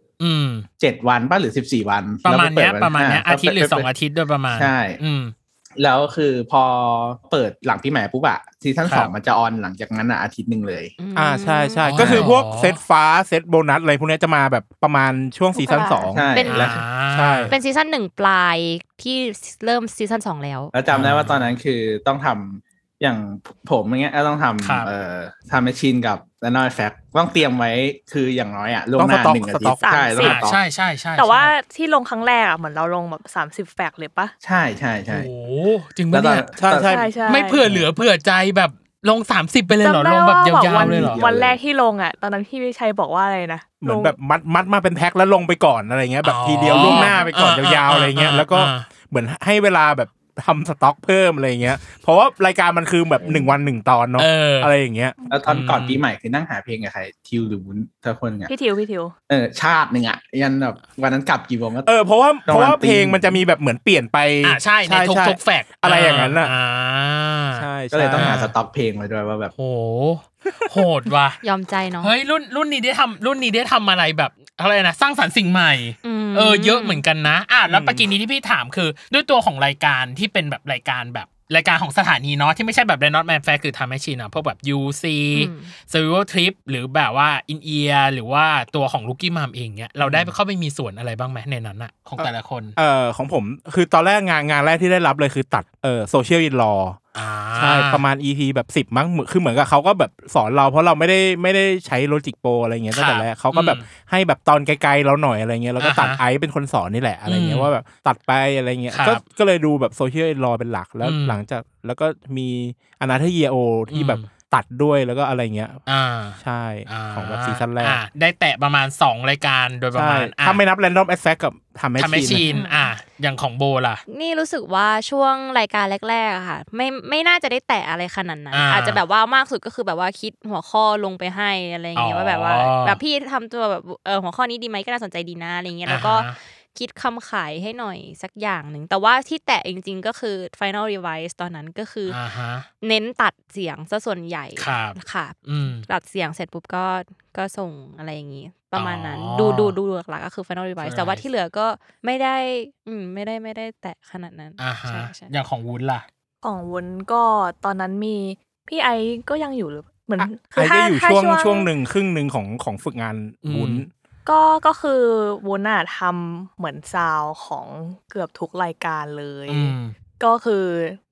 7 วันป่ะหรือ14 วันประมาณนี้อาทิตย์หรือ2 อาทิตย์โดยประมาณใช่แล้วคือพอเปิดหลังปีใหม่ปุ๊บอะซีซั่น2มันจะออนหลังจากนั้นอาทิตย์นึงเลยใช่ก็คือพวกเซตฟ้าเซตโบนัสอะไรพวกนี้จะมาแบบประมาณช่วงซีซั่น2 เป็นซีซั่น1ปลายที่เริ่มซีซั่น2แล้วจำได้ว่าตอนนั้นคือต้องทำอย่างผมอย่างเงี้ยต้องทำแมชชีนกับRandom Act Factต้องเตรียมไว้คืออย่างน้อยล่วงหน้า1 อาทิตย์ใช่แต่ว่าที่ลงครั้งแรกเหมือนเราลงแบบ30 แฟกต์เลยปะใช่โอ้จริงปะเนี่ยใช่ไม่เผื่อเหลือเผื่อใจแบบลง30ไปเลยเหรอลงแบบยาวๆเลยเหรอวันแรกที่ลงตอนนั้นพี่วิชัยบอกว่าอะไรนะเหมือนแบบมัดมาเป็นแพ็คแล้วลงไปก่อนอะไรเงี้ยแบบทีเดียวล่วงหน้าไปก่อนยาวๆอะไรเงี้ยแล้วก็เหมือนให้เวลาแบบทำสต็อกเพิ่มอะไรเงี้ยเพราะว่ารายการมันคือแบบ1 วัน 1 ตอนเนาะอะไรอย่างเงี้ยแล้วตอนก่อนปีใหม่คือนั่งหาเพลงกับใครทิวหรือวุ้นทุกคนไงพี่ทิวชาตินึงยันแบบวันนั้นกลับกี่โมงเพราะว่าเพลงมันจะมีแบบเหมือนเปลี่ยนไปใช่ในทุกแฟกอะไรอย่างนั้นน่ะใช่ก็เลยต้องหาสต็อกเพลงไว้ด้วยว่าแบบโหดว่ะยอมใจเนาะเฮ้ยรุ่นนี้ได้ทำอะไรแบบอะไรนะสร้างสรรค์สิ่งใหม่เยอะเหมือนกันนะแล้วเมื่อกี้นี้ที่พี่ถามคือด้วยตัวของรายการที่เป็นแบบรายการของสถานีเนาะที่ไม่ใช่แบบ Random Act Fact คือทำให้ชินพวกแบบ UC Survival Trip หรือแบบว่า In Ear หรือว่าตัวของ Rookie Mom เองเนี่ยเราได้เข้าไปมีส่วนอะไรบ้างไหมในนั้นอะของแต่ละคนของผมคือตอนแรกงานแรกที่ได้รับเลยคือตัดSocial In Lawใช่ประมาณ EP แบบ10มั้งคือเหมือนกับเขาก็แบบสอนเราเพราะเราไม่ได้ใช้ Logic Pro อะไรเงี้ยตั้งแต่แรกเขาก็แบบให้แบบตอนไกลๆเราหน่อยอะไรเงี้ยแล้วก็ตัดไอซ์เป็นคนสอนนี่แหละอะไรเงี้ยว่าแบบตัดไปอะไรเงี้ยก็เลยดูแบบ Social In Law เป็นหลักแล้วหลังจากแล้วก็มีอนาเธอร์เยโอที่แบบตัดด้วยแล้วก็อะไรเงี้ยใช่ของแบบซีซั่นแรกได้แตะประมาณ2รายการโดยประมาณถ้าไม่นับ Random Act Fact กับทำแมชชีนอย่างของโบล่ะนี่รู้สึกว่าช่วงรายการแรกๆค่ะไม่น่าจะได้แตะอะไรขนาดนั้นอาจจะแบบว่ามากสุดก็คือแบบว่าคิดหัวข้อลงไปให้อะไรเงี้ยว่าแบบว่าแบบพี่ทำตัวแบบหัวข้อนี้ดีไหมก็น่าสนใจดีนะอะไรเงี้ยแล้วก็คิดคำขายให้หน่อยสักอย่างหนึ่งแต่ว่าที่แตะจริงๆก็คือ Final Revise ตอนนั้นก็คือเน้นตัดเสียงซะส่วนใหญ่ค่ะตัดเสียงเสร็จปุ๊บก็ส่งอะไรอย่างงี้ประมาณนั้นดูหลักๆก็คือ Final Revise แต่ว่าที่เหลือก็ไม่ได้แตะขนาดนั้นใช่อย่างของวุ้นล่ะของวุ้นก็ตอนนั้นมีพี่ไอก็ยังอยู่หรือเหมือนไอก็อยู่ช่วงนึงครึ่งนึงของฝึกงานวุ้นก็คือวุ้นทำเหมือนซาวของเกือบทุกรายการเลยก็คือ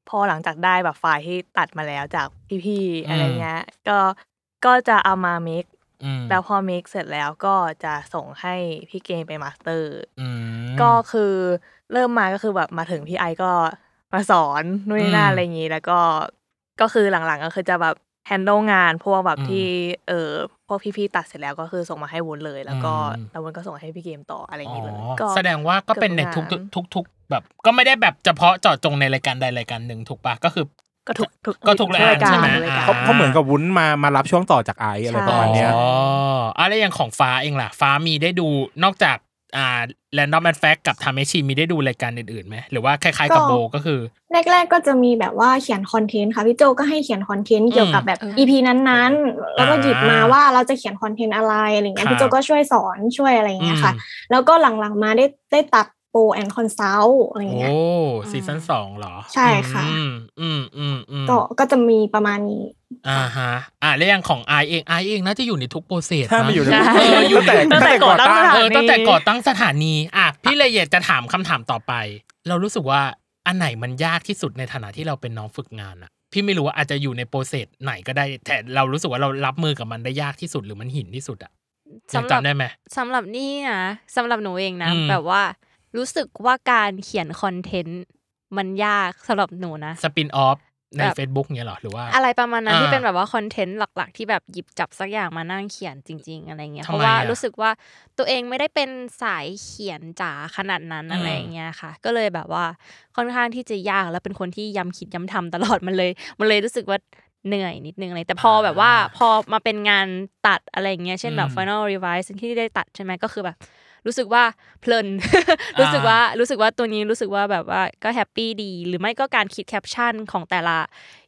พอหลังจากได้แบบไฟล์ที่ตัดมาแล้วจากพี่ๆอะไรเงี้ยก็จะเอามาเมคแล้วพอเมคเสร็จแล้วก็จะส่งให้พี่เกมไปมาสเตอร์ก็คือเริ่มมาก็คือแบบมาถึงพี่ไอก็มาสอนนู่นนี่นั่นอะไรอย่างงี้แล้วก็คือหลังๆก็คือจะแบบแฮนด์ลงานพวกแบบที่พวกพี่ๆตัดเสร็จแล้วก็คือส่งมาให้วุ้นเลยแล้วก็วุ้นก็ส่งให้พี่เกมต่ออะไรอย่างงี้เลยก็แสดงว่าก็เป็นในทุกแบบก็ไม่ได้แบบเฉพาะเจาะจงในรายการใดรายการหนึ่งถูกปะก็คือก็ทุกรายการใช่ไหมเขาเหมือนกับวุ้นมารับช่วงต่อจากไออะไรประมาณเนี้ยอะไรอย่างของฟ้าเองล่ะฟ้ามีได้ดูนอกจากRandom and Fact กับ Tamechi มีได้ดูรายการอื่นๆไหมหรือว่าคล้ายๆกับโบก็คือแรกๆก็จะมีแบบว่าเขียนคอนเทนต์ค่ะพี่โจก็ให้เขียนคอนเทนต์เกี่ยวกับแบบ EP นั้นๆแล้วก็หยิบมาว่าเราจะเขียนคอนเทนต์อะไรอะไรเงี้ยพี่โจก็ช่วยสอนช่วยอะไรเงี้ยค่ะแล้วก็หลังๆมาได้ตัดโปรแอนด์คอนซัลท์อะไรเงี้ยโอ้ซีซั่น2เหรอใช่ค่ะก็จะมีประมาณนี้ฮะแล้วอย่างของไอเองน่าจะอยู่ในทุกโปรเซสถ้ามาอยู่อยู่ตั้งแต่ก่อตั้งสถานีพี่เลยอยากจะถามคำถามต่อไปเรารู้สึกว่าอันไหนมันยากที่สุดในฐานะที่เราเป็นน้องฝึกงานอะพี่ไม่รู้ว่าอาจจะอยู่ในโปรเซสไหนก็ได้แต่เรารู้สึกว่าเรารับมือกับมันได้ยากที่สุดหรือมันหินที่สุดอะจำได้ไหมสำหรับนี่นะสำหรับหนูเองนะแบบว่ารู้สึกว่าการเขียนคอนเทนต์มันยากสำหรับหนูนะสปินออฟใน Facebook เงี้ยหรอหรือว่าอะไรประมาณนั้นที่เป็นแบบว่าคอนเทนต์หลักๆที่แบบหยิบจับสักอย่างมานั่งเขียนจริงๆอะไรเงี้ยเพราะว่ารู้สึกว่าตัวเองไม่ได้เป็นสายเขียนจ๋าขนาดนั้นอะไรเงี้ยค่ะก็เลยแบบว่าค่อนข้างที่จะยากแล้วเป็นคนที่ย้ำคิดย้ำทำตลอดมันเลยรู้สึกว่าเหนื่อยนิดนึงอะไรแต่พอแบบว่าพอมาเป็นงานตัดอะไรเงี้ยเช่นแบบ Final Revise ที่ได้ตัดใช่ไหมก็คือแบบรู้สึกว่าเพลิน รู้สึกว่าตัวนี้รู้สึกว่าแบบว่าก็แฮปปี้ดีหรือไม่ก็การคิดแคปชั่นของแต่ละ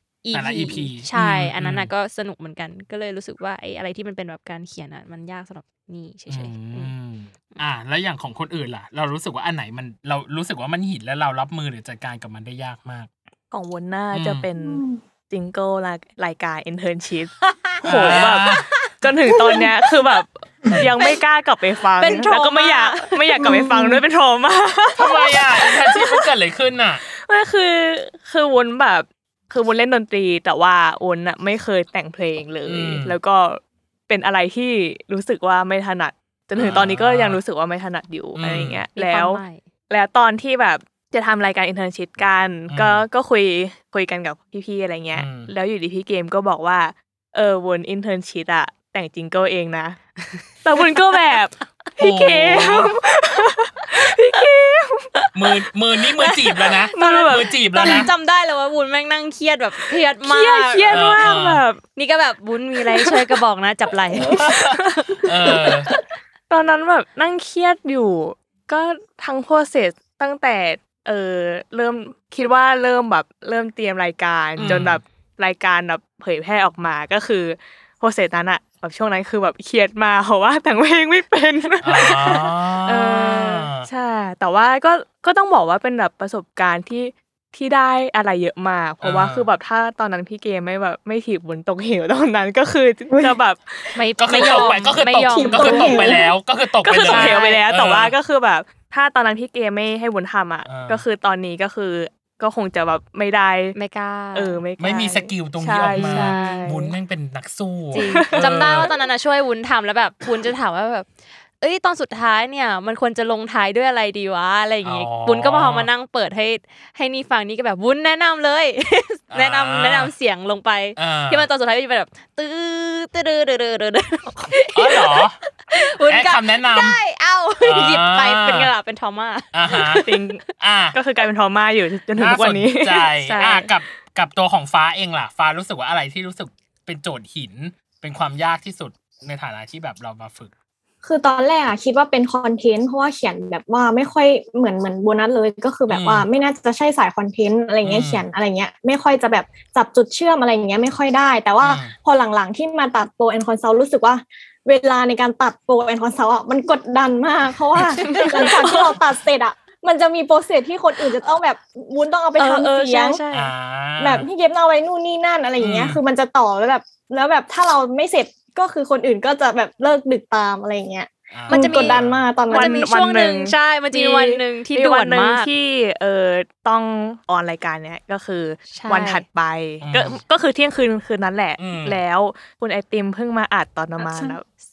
EP ใช่อันนั้นน่ะก็สนุกเหมือนกันก็เลยรู้สึกว่าไอ้อะไรที่มันเป็นแบบการเขียนอ่ะมันยากสำหรับนี่เฉยๆแล้วอย่างของคนอื่นล่ะเรารู้สึกว่าอันไหนมันเรารู้สึกว่ามันหินแล้วเรารับมือหรือจัดการกับมันได้ยากมากของวุ้นน่าจะเป็นจิงเกิลรายการ Internship โหแบบจนถึงตอนเนี้ยคือแบบยังไม่กล้ากลับไปฟังแล้วก็ไม่อยากกลับไปฟังด้วยเป็นโทรมาทำไมInternship มันเกิดอะไรขึ้นน่ะไม่คือวุ้นแบบคือวุ้นเล่นดนตรีแต่ว่าวุ้นน่ะไม่เคยแต่งเพลงเลยแล้วก็เป็นอะไรที่รู้สึกว่าไม่ถนัดจนถึงตอนนี้ก็ยังรู้สึกว่าไม่ถนัดอยู่อะไรอย่างเงี้ยแล้วตอนที่แบบจะทำรายการ Internship กันก็คุยกันกับพี่ๆอะไรเงี้ยแล้วอยู่ดีพี่เกมก็บอกว่าวุ้น Internship อะแต่งจิงเกิลเองนะแต่วุ้นก็แบบพี่เกมมือนี่มือจีบแล้วนะมือจีบแล้วนะจำได้เลยว่าวุ้นแม่งนั่งเครียดแบบเครียดมากแบบนี่ก็แบบวุ้นมีอะไรช่วยก็บอกนะจับไหล่ตอนนั้นแบบนั่งเครียดอยู่ก็ทั้งโปรเซสตั้งแต่เริ่มคิดว่าเริ่มเตรียมรายการจนแบบรายการแบบเผยแพร่ออกมาก็คือโปรเซสนั้นอะแบบช่วงนั้นคือแบบเครียดมาเพราะว่าแต่งเพลงไม่เป็นใช่แต่ว่าก็ต้องบอกว่าเป็นแบบประสบการณ์ที่ได้อะไรเยอะมากเพราะว่าคือแบบถ้าตอนนั้นพี่เกมไม่ถีบบนตกเหวตอนนั้นก็คือจะแบบไม่ยอมก็คือตกไปแล้วก็คือตกเหวไปแล้วแต่ว่าก็คือแบบถ้าตอนนั้นพี่เกมไม่ให้วุ้นทำอ่ะก็คือตอนนี้ก็คงจะแบบไม่ได้ไม่กล้าไม่มีสกิลตรงนี้ออกมาวุ้นแม่งเป็นนักสู้จำได้ว่าตอนนั้นนะช่วยวุ้นทำแล้วแบบวุ้นจะถามว่าแบบตอนสุดท้ายเนี่ยมันควรจะลงท้ายด้วยอะไรดีวะอะไรอย่างงี้วุ้นก็มานั่งเปิดให้นี่ฟังนี่ก็แบบวุ้นแนะนำเลยแนะนำเสียงลงไปที่มันตอนสุดท้ายจะเป็นแบบตื้ออ๋อเหรอวุ้นคำแนะนำได้หยิบไปเป็นกระดาษเป็นทอม่าจริงก็คือกลายเป็นทอม่าอยู่จนถึงทุกวันนี้ใช่กับตัวของฟ้าเองล่ะฟ้ารู้สึกว่าอะไรที่รู้สึกเป็นโจทย์หินเป็นความยากที่สุดในฐานะที่แบบเรามาฝึกคือตอนแรกคิดว่าเป็นคอนเทนต์เพราะว่าเขียนแบบว่าไม่ค่อยเหมือนโบนัสเลยก็คือแบบว่าไม่น่าจะใช่สายคอนเทนต์อะไรเงี้ยเขียนอะไรเงี้ยไม่ค่อยจะแบบจับจุดเชื่อมอะไรเงี้ยไม่ค่อยได้แต่ว่าพอหลังๆที่มาตัดโปรแอนด์คอนซัลท์รู้สึกว่าเวลาในการตัดโปรแอนด์คอนซัลท์มันกดดันมากเพราะว่าหลังจากที่เราตัดเสร็จมันจะมีโปรเซสที่คนอื่นจะต้องแบบวุ้นต้องเอาไปทำเสียงแบบพี่เก็บเอาไว้นู่นนี่นั่นอะไรอย่างเงี้ยคือมันจะต่อแล้วแบบถ้าเราไม่เสร็จก็คือคนอื่นก็จะแบบเลิกดึกตามอะไรอย่างเงี้ยมันจะมีกดดันมากตอนนั้นมันจะมีช่วงนึงใช่มันจะมีวันนึงที่ด่วนมากที่ต้องออนรายการเนี้ยก็คือวันถัดไปก็คือเที่ยงคืนนั้นแหละแล้วคุณไอติมเพิ่งมาอัดตอนประมาณ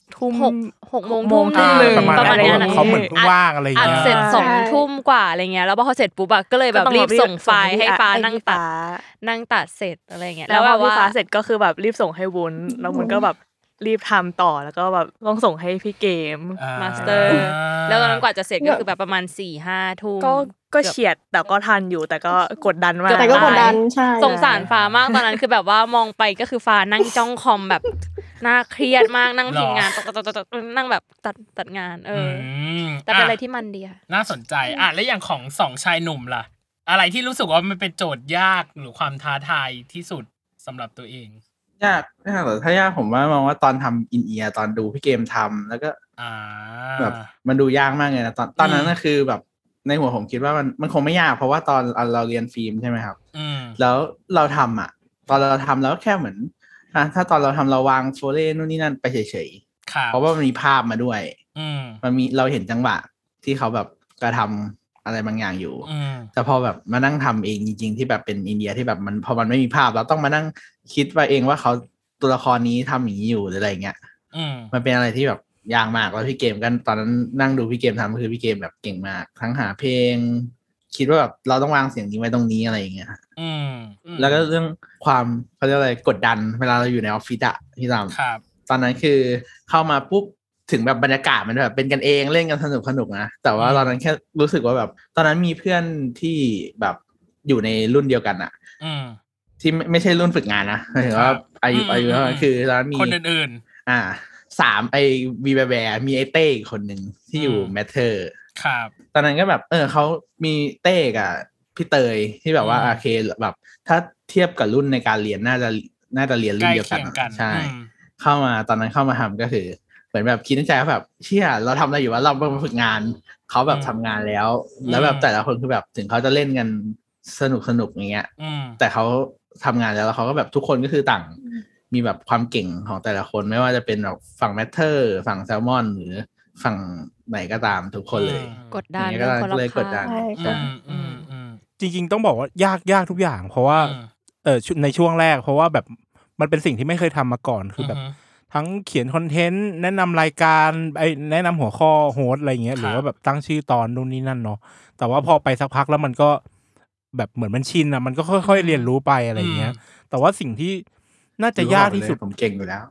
6 โมงนึงประมาณนี้นะเขาเหมือนเพิ่งว่างอะไรอย่างเงี้ยอัดเสร็จ2 ทุ่มกว่าอะไรเงี้ยแล้วพอเสร็จปุ๊บก็เลยแบบรีบส่งไฟล์ให้ฟ้านั่งตัดเสร็จอะไรเงี้ยแล้วแบบว่าฟ้าเสร็จก็คือแบบรีบส่งให้วุ้นแล้ววุ้นก็แบบรีบทำต่อแล้วก็แบบต้องส่งให้พี่เกมมาสเตอร์แล้วตอนนั้นกว่าจะเสร็จก็คือแบบประมาณ 4-5 ทุ่มก็เฉียดแต่ก็ทันอยู่แต่ก็กดดันมากแต่ก็กดดันใช่สงสารฟ้ามากตอนนั้นคือแบบว่ามองไปก็คือฟ้านั่งจ้องคอมแบบน่าเครียดมากนั่งพิมพ์งานนั่งแบบตัดงานแต่เป็นอะไรที่มันดีน่าสนใจแล้วอย่างของ2ชายหนุ่มล่ะอะไรที่รู้สึกว่ามันเป็นโจทย์ยากหรือความท้าทายที่สุดสำหรับตัวเองยากแต่ถ้ายากผมว่ามองว่าตอนทำอินเอียตอนดูพี่เกมทำแล้วก็แบบมันดูยากมากเลยนะตอนนั้นก็คือแบบในหัวผมคิดว่ามันคงไม่ยากเพราะว่าตอนเราเรียนฟิล์มใช่ไหมครับแล้วเราทำตอนเราทำแล้วแค่เหมือนถ้าตอนเราทำเราวางโฟเล่นู่นนี่นั่นไปเฉยๆเพราะว่ามันมีภาพมาด้วยมันมีเราเห็นจังหวะที่เขาแบบกระทำอะไรบางอย่างอยู่แต่พอแบบมานั่งทำเองจริงๆที่แบบเป็นอินเดียที่แบบมันพอมันไม่มีภาพเราต้องมานั่งคิดว่าเองว่าเขาตัวละครนี้ทำอย่างนี้อยู่หรืออะไรเงี้ยมันเป็นอะไรที่แบบยากมากแล้วพี่เกมกันตอนนั้นนั่งดูพี่เกมทำก็คือพี่เกมแบบเก่งมากทั้งหาเพลงคิดว่าแบบเราต้องวางเสียงนี้ไว้ตรงนี้อะไรอย่างเงี้ยแล้วก็เรื่องความเขาเรียกอะไรกดดันเวลาเราอยู่ในออฟฟิศอะพี่ตามตอนนั้นคือเข้ามาปุ๊บถึงแบบบรรยากาศมันแบบเป็นกันเองเล่นกันสนุกนะแต่ว่าตอนนั้นแค่รู้สึกว่าแบบตอนนั้นมีเพื่อนที่แบบอยู่ในรุ่นเดียวกันอะที่ไม่ใช่รุ่นฝึกงานนะหมายถึงว่าอายุเท่านั้นคือตอนนั้นมีคนอื่นๆ3ไอวีแบร์มีไอเต้อีกคนนึงที่อยู่แมทเทอร์ครับตอนนั้นก็แบบเขามีเต้กับพี่เตยที่แบบว่าโอเคแบบถ้าเทียบกับรุ่นในการเรียนน่าจะเรียนรุ่นเดียวกันใช่เข้ามาตอนนั้นเข้ามาทำก็คือเหมือนแบบคิดในใจว่าแบบเชี่ยเราทำอะไรอยู่ว่าเรามาฝึกงานเขาแบบทำงานแล้วแบบแต่ละคนคือแบบถึงเขาจะเล่นกันสนุกอย่างเงี้ยแต่เขาทำงานแล้วเขาก็แบบทุกคนก็คือต่างมีแบบความเก่งของแต่ละคนไม่ว่าจะเป็นแบบฝั่งแมทเทอร์ฝั่งแซลมอนหรือฝั่งไหนก็ตามทุกคนเลยกดดันก็เลยกดดันจริงๆต้องบอกว่ายากทุกอย่างเพราะว่าในช่วงแรกเพราะว่าแบบมันเป็นสิ่งที่ไม่เคยทำมาก่อนคือแบบทั้งเขียนคอนเทนต์แนะนำรายการแนะนำหัวข้อโฮสอะไรเงี้ยหรือว่าแบบตั้งชื่อตอนนู่นนี่นั่นเนาะแต่ว่าพอไปสักพักแล้วมันก็แบบเหมือนมันชินมันก็ค่อยๆเรียนรู้ไปอะไรเงี้ยแต่ว่าสิ่งที่น่าจะยากที่สุดผมเก่งอยู่แล้ว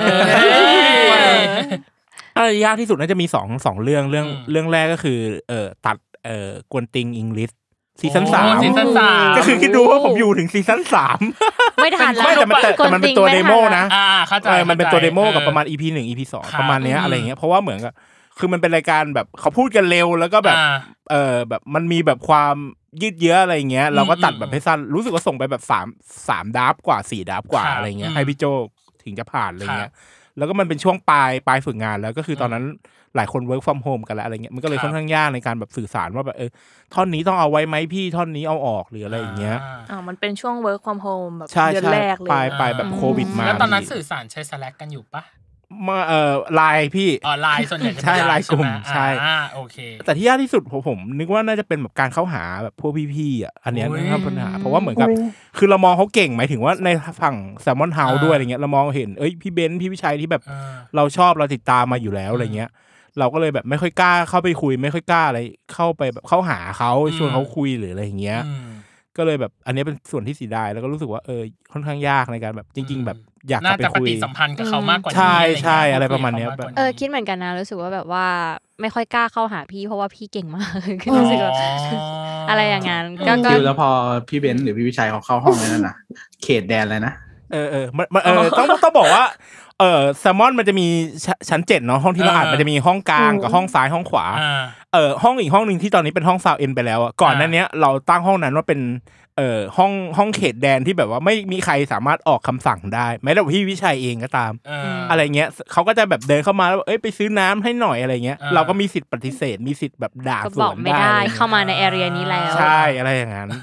ยากที่สุดน่าจะมี2เรื่องแรกก็คือตัดกวนติงอังกฤษซีซั่น3ก็คือคิดดูว่าผมอยู่ถึงซีซั่น3 ไม่ทันแล้วแต่มันเป็นตัวเดโมนะมันเป็นตัวเดโมกับประมาณ EP 1 EP 2ประมาณเนี้ยอะไรเงี้ยเพราะว่าเหมือนกับคือมันเป็นรายการแบบเขาพูดกันเร็วแล้วก็แบบแบบมันมีแบบความยืดเยื้ออะไรเงี้ยเราก็ตัดแบบให้สั้นรู้สึกว่าส่งไปแบบ3ดราฟกว่า4ดราฟกว่าอะไรเงี้ยให้พี่โจถึงจะผ่านอะไรเงี้ยแล้วก็มันเป็นช่วงปลายฝึกงานแล้วก็คือตอนนั้นหลายคน work from home กันแล้วอะไรเงี้ยมันก็เลยค่อนข้างยากในการแบบสื่อสารว่าแบบท่อนนี้ต้องเอาไว้ไหมพี่ท่อนนี้เอาออกหรืออะไรอย่างเงี้ยมันเป็นช่วง work from home แบบเดือนแรกเลยปลายแบบโควิดมาแล้วตอนนั้นสื่อสารใช้ Slack กันอยู่ปะมาไลน์พี่ไลน์ส่วนใหญ่ใช่ไลน์กลุ่มใช่โอเคแต่ที่ยากที่สุดผมนึกว่าน่าจะเป็นแบบการเข้าหาแบบพวกพี่ๆอันเนี้ยน่าปัญหาเพราะว่าเหมือนกับคือเรามองเขาเก่งหมายถึงว่าในฝั่ง Salmon House ด้วยอะไรเงี้ยเรามองเห็นพี่เบนซ์พี่วิชัยที่แบบเราชอบเราติดตามมาอยู่แล้วอะไรเงี้ยเราก็เลยแบบไม่ค่อยกล้าเข้าไปคุยไม่ค่อยกล้าอะไรเข้าไปแบบเข้าหาเขาชวนเขาคุยหรืออะไรอย่างเงี้ยก็เลยแบบอันนี้เป็นส่วนที่เสียดายแล้วก็รู้สึกว่าค่อนข้างยากในการแบบจริงๆแบบอยากจะไปคุยปฏิสัมพันธ์กับเขามากกว่านี้ใช่อะไรประมาณนี้แบบคิดเหมือนกันนะรู้สึกว่าแบบว่าไม่ค่อยกล้าเข้าหาพี่เพราะว่าพี่เก่งมากรู้สึกว่าอะไรอย่างงั้นก็แล้วพอพี่เบนซ์หรือพี่วิชัยเขาเข้าห้องนั่นน่ะเขตแดนเลยนะต้องบอกว่าแซลมอนมันจะมีชั้น7เนาะห้องที่เราอัดมันจะมีห้องกลางกับห้องซ้ายห้องขวาห้องอีกห้องนึงที่ตอนนี้เป็นห้องซาวด์เอ็นไปแล้วก่อนหน้านี้เราตั้งห้องนั้นว่าเป็นห้องเขตแดนที่แบบว่าไม่มีใครสามารถออกคำสั่งได้แม้แต่พี่วิชัยเองก็ตามอะไรเงี้ยเขาก็จะแบบเดินเข้ามาแล้วไปซื้อน้ำให้หน่อยอะไรเงี้ยเราก็มีสิทธิ์ปฏิเสธมีสิทธิ์แบบด่าสวนไม่ได้เข้ามาในแอเรียนี้แล้วใช่อะไรอย่างนั้น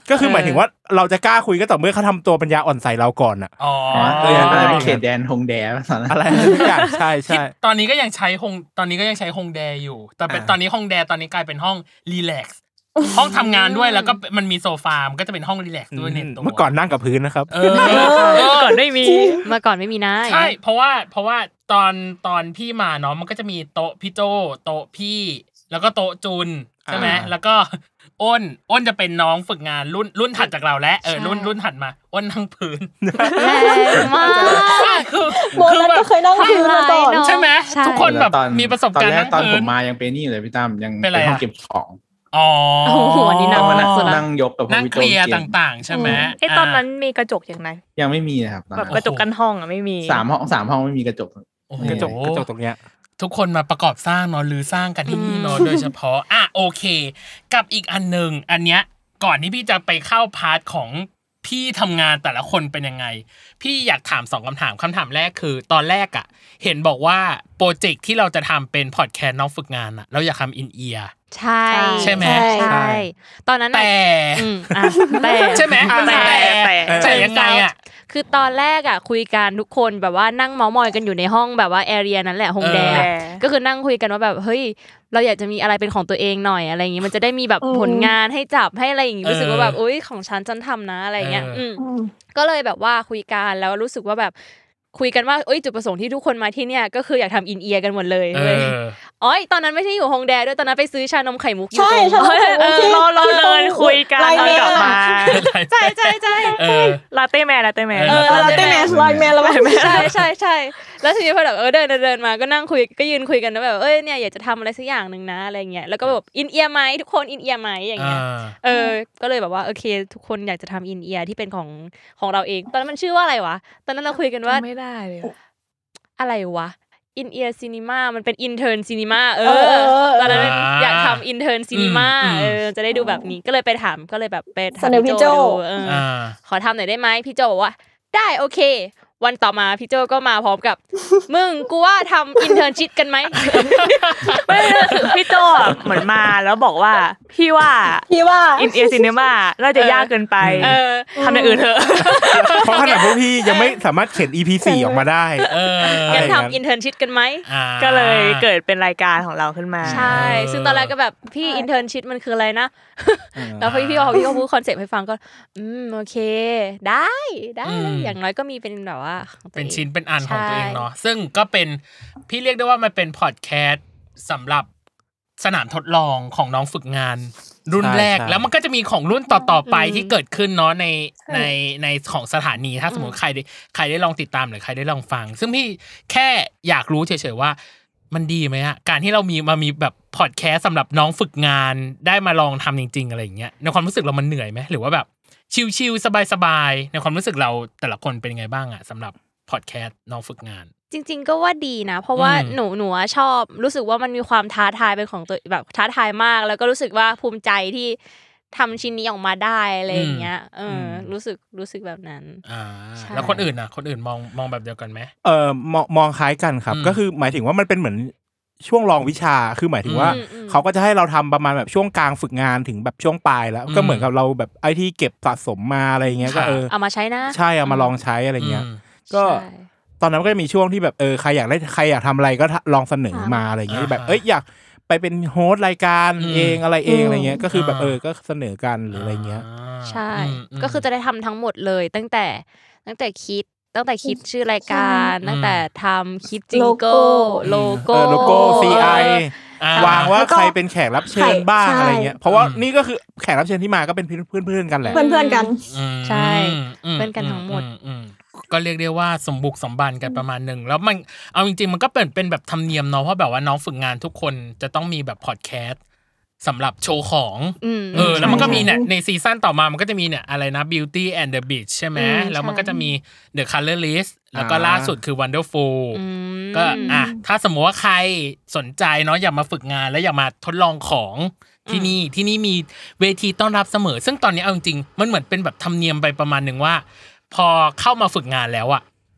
ก็คือหมายถึงว่าเราจะกล้าคุยก็ต่อเมื่อเขาทำตัวปัญญาอ่อนใส่เราก่อนอ่ะอ๋ออะไรเป็นเขตแดนฮงแดอะไรทุกอย่างใช่ใช่ตอนนี้ก็ยังใช้ฮงแดอยู่แต่เป็นตอนนี้ฮงแดตอนนี้กลายเป็นห้องรีแลกซ์ห้องทำงานด้วยแล้วก็มันมีโซฟามันก็จะเป็นห้องรีแลกซ์ด้วยเนี่ยเมื่อก่อนนั่งกับพื้นนะครับก่อนไม่มีเมื่อก่อนไม่มีนะใช่เพราะว่าตอนพี่มาเนาะมันก็จะมีโต๊ะพี่โจโต๊ะพี่แล้วก็โต๊ะจุนใช่ไหมแล้วก็อ้นจะเป็นน้องฝึกงานรุ่นถัดจากเราและรุ่นถัดมาอ้นนั่งพื้นแรงมากคือแบบเคยนั่งพื้นมาก่อนใช่ไหมทุกคนแบบมีประสบการณ์นั่งพื้นตอนผมมายังเป็นนี่เลยพี่ตั้มยังเป็นห้องเก็บของอ๋อวันนี้นั่งนั่งยกกับนั่งเคลียร์ต่างๆใช่ไหมตอนนั้นมีกระจกอย่างไรยังไม่มีนะครับแบบกระจกกั้นห้องอ่ะไม่มี 3ห้องไม่มีกระจกกระจกตรงเนี้ยทุกคนมาประกอบสร้างเนาะหรือสร้างกันที่นี่เนาะโดยเฉพาะโอเคกับอีกอันนึงอันเนี้ยก่อนที่พี่จะไปเข้าพาร์ทของพี่ทำงานแต่ละคนเป็นยังไงพี่อยากถาม2คำถามแรกคือตอนแรกเห็นบอกว่าโปรเจกต์ที่เราจะทำเป็นพอดแคสต์น้องฝึกงานเราอยากทำอินเอียร์ใช่ไหมใช่ตอนนั้นแต่ใช่ไหมแต่ยังไงคือตอนแรกคุยกันทุกคนแบบว่านั่งเมามอยกันอยู่ในห้องแบบว่าแอเรียนั้นแหละฮงแดก็คือนั่งคุยกันว่าแบบเฮ้ยเราอยากจะมีอะไรเป็นของตัวเองหน่อยอะไรอย่างงี้มันจะได้มีแบบผลงานให้จับให้อะไรอย่างงี้รู้สึกว่าแบบอุ๊ยของฉันทำนะอะไรเงี้ยก็เลยแบบว่าคุยกันแล้วรู้สึกว่าแบบคุยกันว่าจุดประสงค์ที่ทุกคนมาที่เนี่ยก็คืออยากทำอินเอียร์กันหมดเลยตอนนั้นไม่ใช่อยู่ฮงแดด้วยตอนนั้นไปซื้อชานมไข่มุกอยู่ใช่เราเดินคุยกันกลับมาใช่ลาเต้แมนลาเต้แมนไลน์แมนแล้วใช่แล้วทีนี้พอแบบเดินมาก็นั่งคุยก็ยืนคุยกันนะแบบเนี่ยอยากจะทำอะไรสักอย่างนึงนะอะไรเงี้ยแล้วก็แบบอินเอียร์มั้ยทุกคนอินเอียร์มั้ยอย่างเงี้ยก็เลยแบบว่าโอเคทุกคนอยากจะทำอินเอียร์ที่เป็นของเราเองตอนนั้นมันชื่อว่าอะไรวะตอนนั้นเราคุยกันว่าไม่ได้เลยอะไรวะอินเอียร์ซีนีมามันเป็นอินเทิร์นซีนีมาตอนนั้นอยากทำอินเทิร์นซีนีมาจะได้ดูแบบนี้ก็เลยไปถามก็เลยแบบไปถามพี่โจขอทำหน่อยได้ไหมพี่โจบอกว่าได้โอเควันต่อมาพี่โจก็มาพร้อมกับมึงกูว่าทำอินเทิร์นชิพกันไหมไม่พี่โจเหมือนมาแล้วบอกว่าพี่ว่าอินเอียร์ซีนีมาน่าจะยากเกินไปทำอย่างอื่นเถอะเพราะขนาดพวกพี่ยังไม่สามารถเขียน EP 4ออกมาได้ยังทำอินเทิร์นชิพกันไหมก็เลยเกิดเป็นรายการของเราขึ้นมาใช่ซึ่งตอนแรกก็แบบพี่อินเทิร์นชิพมันคืออะไรนะแล้วพี่ก็พูดคอนเซ็ปต์ให้ฟังก็โอเคได้อย่างน้อยก็มีเป็นแบบว่าเป็นชิ้นเป็นอันของตัวเองเนาะซึ่งก็เป็นพี่เรียกได้ว่ามันเป็นพอดแคสต์สำหรับสนามทดลองของน้องฝึกงานรุ่นแรกแล้วมันก็จะมีของรุ่นต่อๆไปที่เกิดขึ้นเนาะในของสถานีถ้าสมมติใครได้ลองติดตามหรือใครได้ลองฟังซึ่งพี่แค่อยากรู้เฉยๆว่ามันดีไหมอะการที่เรามีแบบพอดแคสต์สำหรับน้องฝึกงานได้มาลองทำจริงๆอะไรอย่างเงี้ยในความรู้สึกเรามันเหนื่อยไหมหรือว่าแบบชิลๆสบายๆในความรู้สึกเราแต่ละคนเป็นยังไงบ้างอะสำหรับพอดแคสต์น้องฝึกงานจริงๆก็ว่าดีนะเพราะว่าหนูชอบรู้สึกว่ามันมีความท้าทายเป็นของตัวแบบท้าทายมากแล้วก็รู้สึกว่าภูมิใจที่ทำชิ้นนี้ออกมาได้อะไรอย่างเงี้ยรู้สึกแบบนั้นแล้วคนอื่นนะคนอื่นมองแบบเดียวกันไหมมองคล้ายกันครับก็คือหมายถึงว่ามันเป็นเหมือนช่วงรองวิชาคือหมายถึงว่าเขาก็จะให้เราทำประมาณแบบช่วงกลางฝึกงานถึงแบบช่วงปลายแล้วก็เหมือนกับเราแบบไอ้ที่เก็บสะสมมาอะไรเงี้ยก็เอามาใช้นะใช่เอามาลองใช้อะไรเงี้ยก็ตอนนั้นก็จะมีช่วงที่แบบใครอยากทำอะไรก็ลองเสนอมาอะไรเงี้ยแบบอยากไปเป็นโฮสต์รายการเองอะไรเงี้ยก็คือแบบก็เสนอกันหรืออะไรเงี้ยใช่ก็คือจะได้ทำทั้งหมดเลยตั้งแต่คิดชื่อรายการตั้งแต่ทำคิดจิงเกิลโลโก้ CI วางว่าใครเป็นแขกรับเชิญบ้างอะไรเงี้ยเพราะว่านี่ก็คือแขกรับเชิญที่มาก็เป็นเพื่อนกันแหละเพื่อนกันใช่เพื่อนกันทั้งหมดก็เรียกได้ว่าสมบุกสมบันกันประมาณนึงแล้วมันเอาจริงๆมันก็เป็นแบบธรรมเนียมเนาะเพราะแบบว่าน้องฝึกงานทุกคนจะต้องมีแบบพอดแคสต์สำหรับโชว์ของแล้วมันก็มีเนี่ยในซีซั่นต่อมามันก็จะมีเนี่ยอะไรนะ Beauty and the Beast ใช่ไหมแล้วมันก็จะมี The Color List แล้วก็ล่าสุดคือ Wonderful ก็ถ้าสมมติว่าใครสนใจเนาะอยากมาฝึกงานแล้วอยากมาทดลองของที่นี่มีเวทีต้อนรับเสมอซึ่งตอนนี้เอาจริงๆมันเหมือนเป็นแบบธรรมเนียมไปประมาณนึงว่าพอเข้ามาฝึกงานแล้ว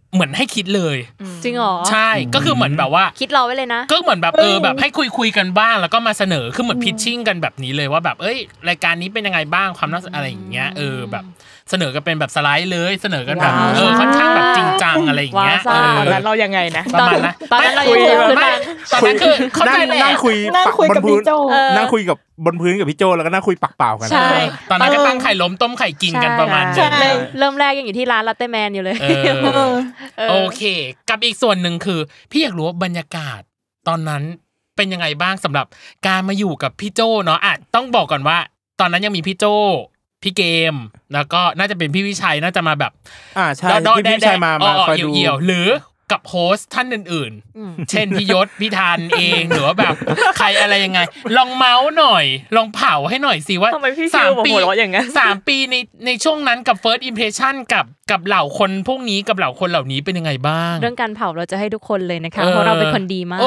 เหมือนให้คิดเลยจริงหรอใช่ก็คือเหมือนแบบว่าคิดรอไว้เลยนะก็เหมือนแบบแบบให้คุยกันบ้างแล้วก็มาเสนอคือเหมือนพิชชิ่งกันแบบนี้เลยว่าแบบรายการนี้เป็นยังไงบ้างความน่าอะไรอย่างเงี้ยแบบเสนอกันเป็นแบบสไลด์เลยเสนอกันแบบค่อนข้างแบบจริงจังอะไรอย่างเงี้ยตอนนั้นเรายังไงนะประมาณนะตอนนั้นเราคุยกันตอนนั้นคือเข้าใจแหละนั่งคุยบนพื้นนั่งคุยกับบนพื้นกับพี่โจแล้วก็นั่งคุยปากเปล่ากันใช่ตอนนั้นก็ตั้งไข่ล้มต้มไข่กินกันประมาณนี้เริ่มแรกยังอยู่ที่ร้านลาเต้แมนอยู่เลยโอเคกับอีกส่วนหนึ่งคือพี่อยากรู้ว่าบรรยากาศตอนนั้นเป็นยังไงบ้างสำหรับการมาอยู่กับพี่โจเนาะต้องบอกก่อนว่าตอนนั้นยังมีพี่โจพี่เกมแล้วก็น่าจะเป็นพี่วิชัยน่าจะมาแบบใช่พี่วิชัยมาคอยดูเหี่ยวหรือกับโฮสท่านอื่นๆเช่นพี่ยศพี่ธันเองหรือว่าแบบใครอะไรยังไงลองเมาส์หน่อยลองเผาให้หน่อยสิว่า 3 ปี 3 ปีในช่วงนั้นกับ first impression กับเหล่าคนพวกนี้กับเหล่าคนเหล่านี้เป็นยังไงบ้างเรื่องการเผาเราจะให้ทุกคนเลยนะคะเพราะเราเป็นคนดีมาก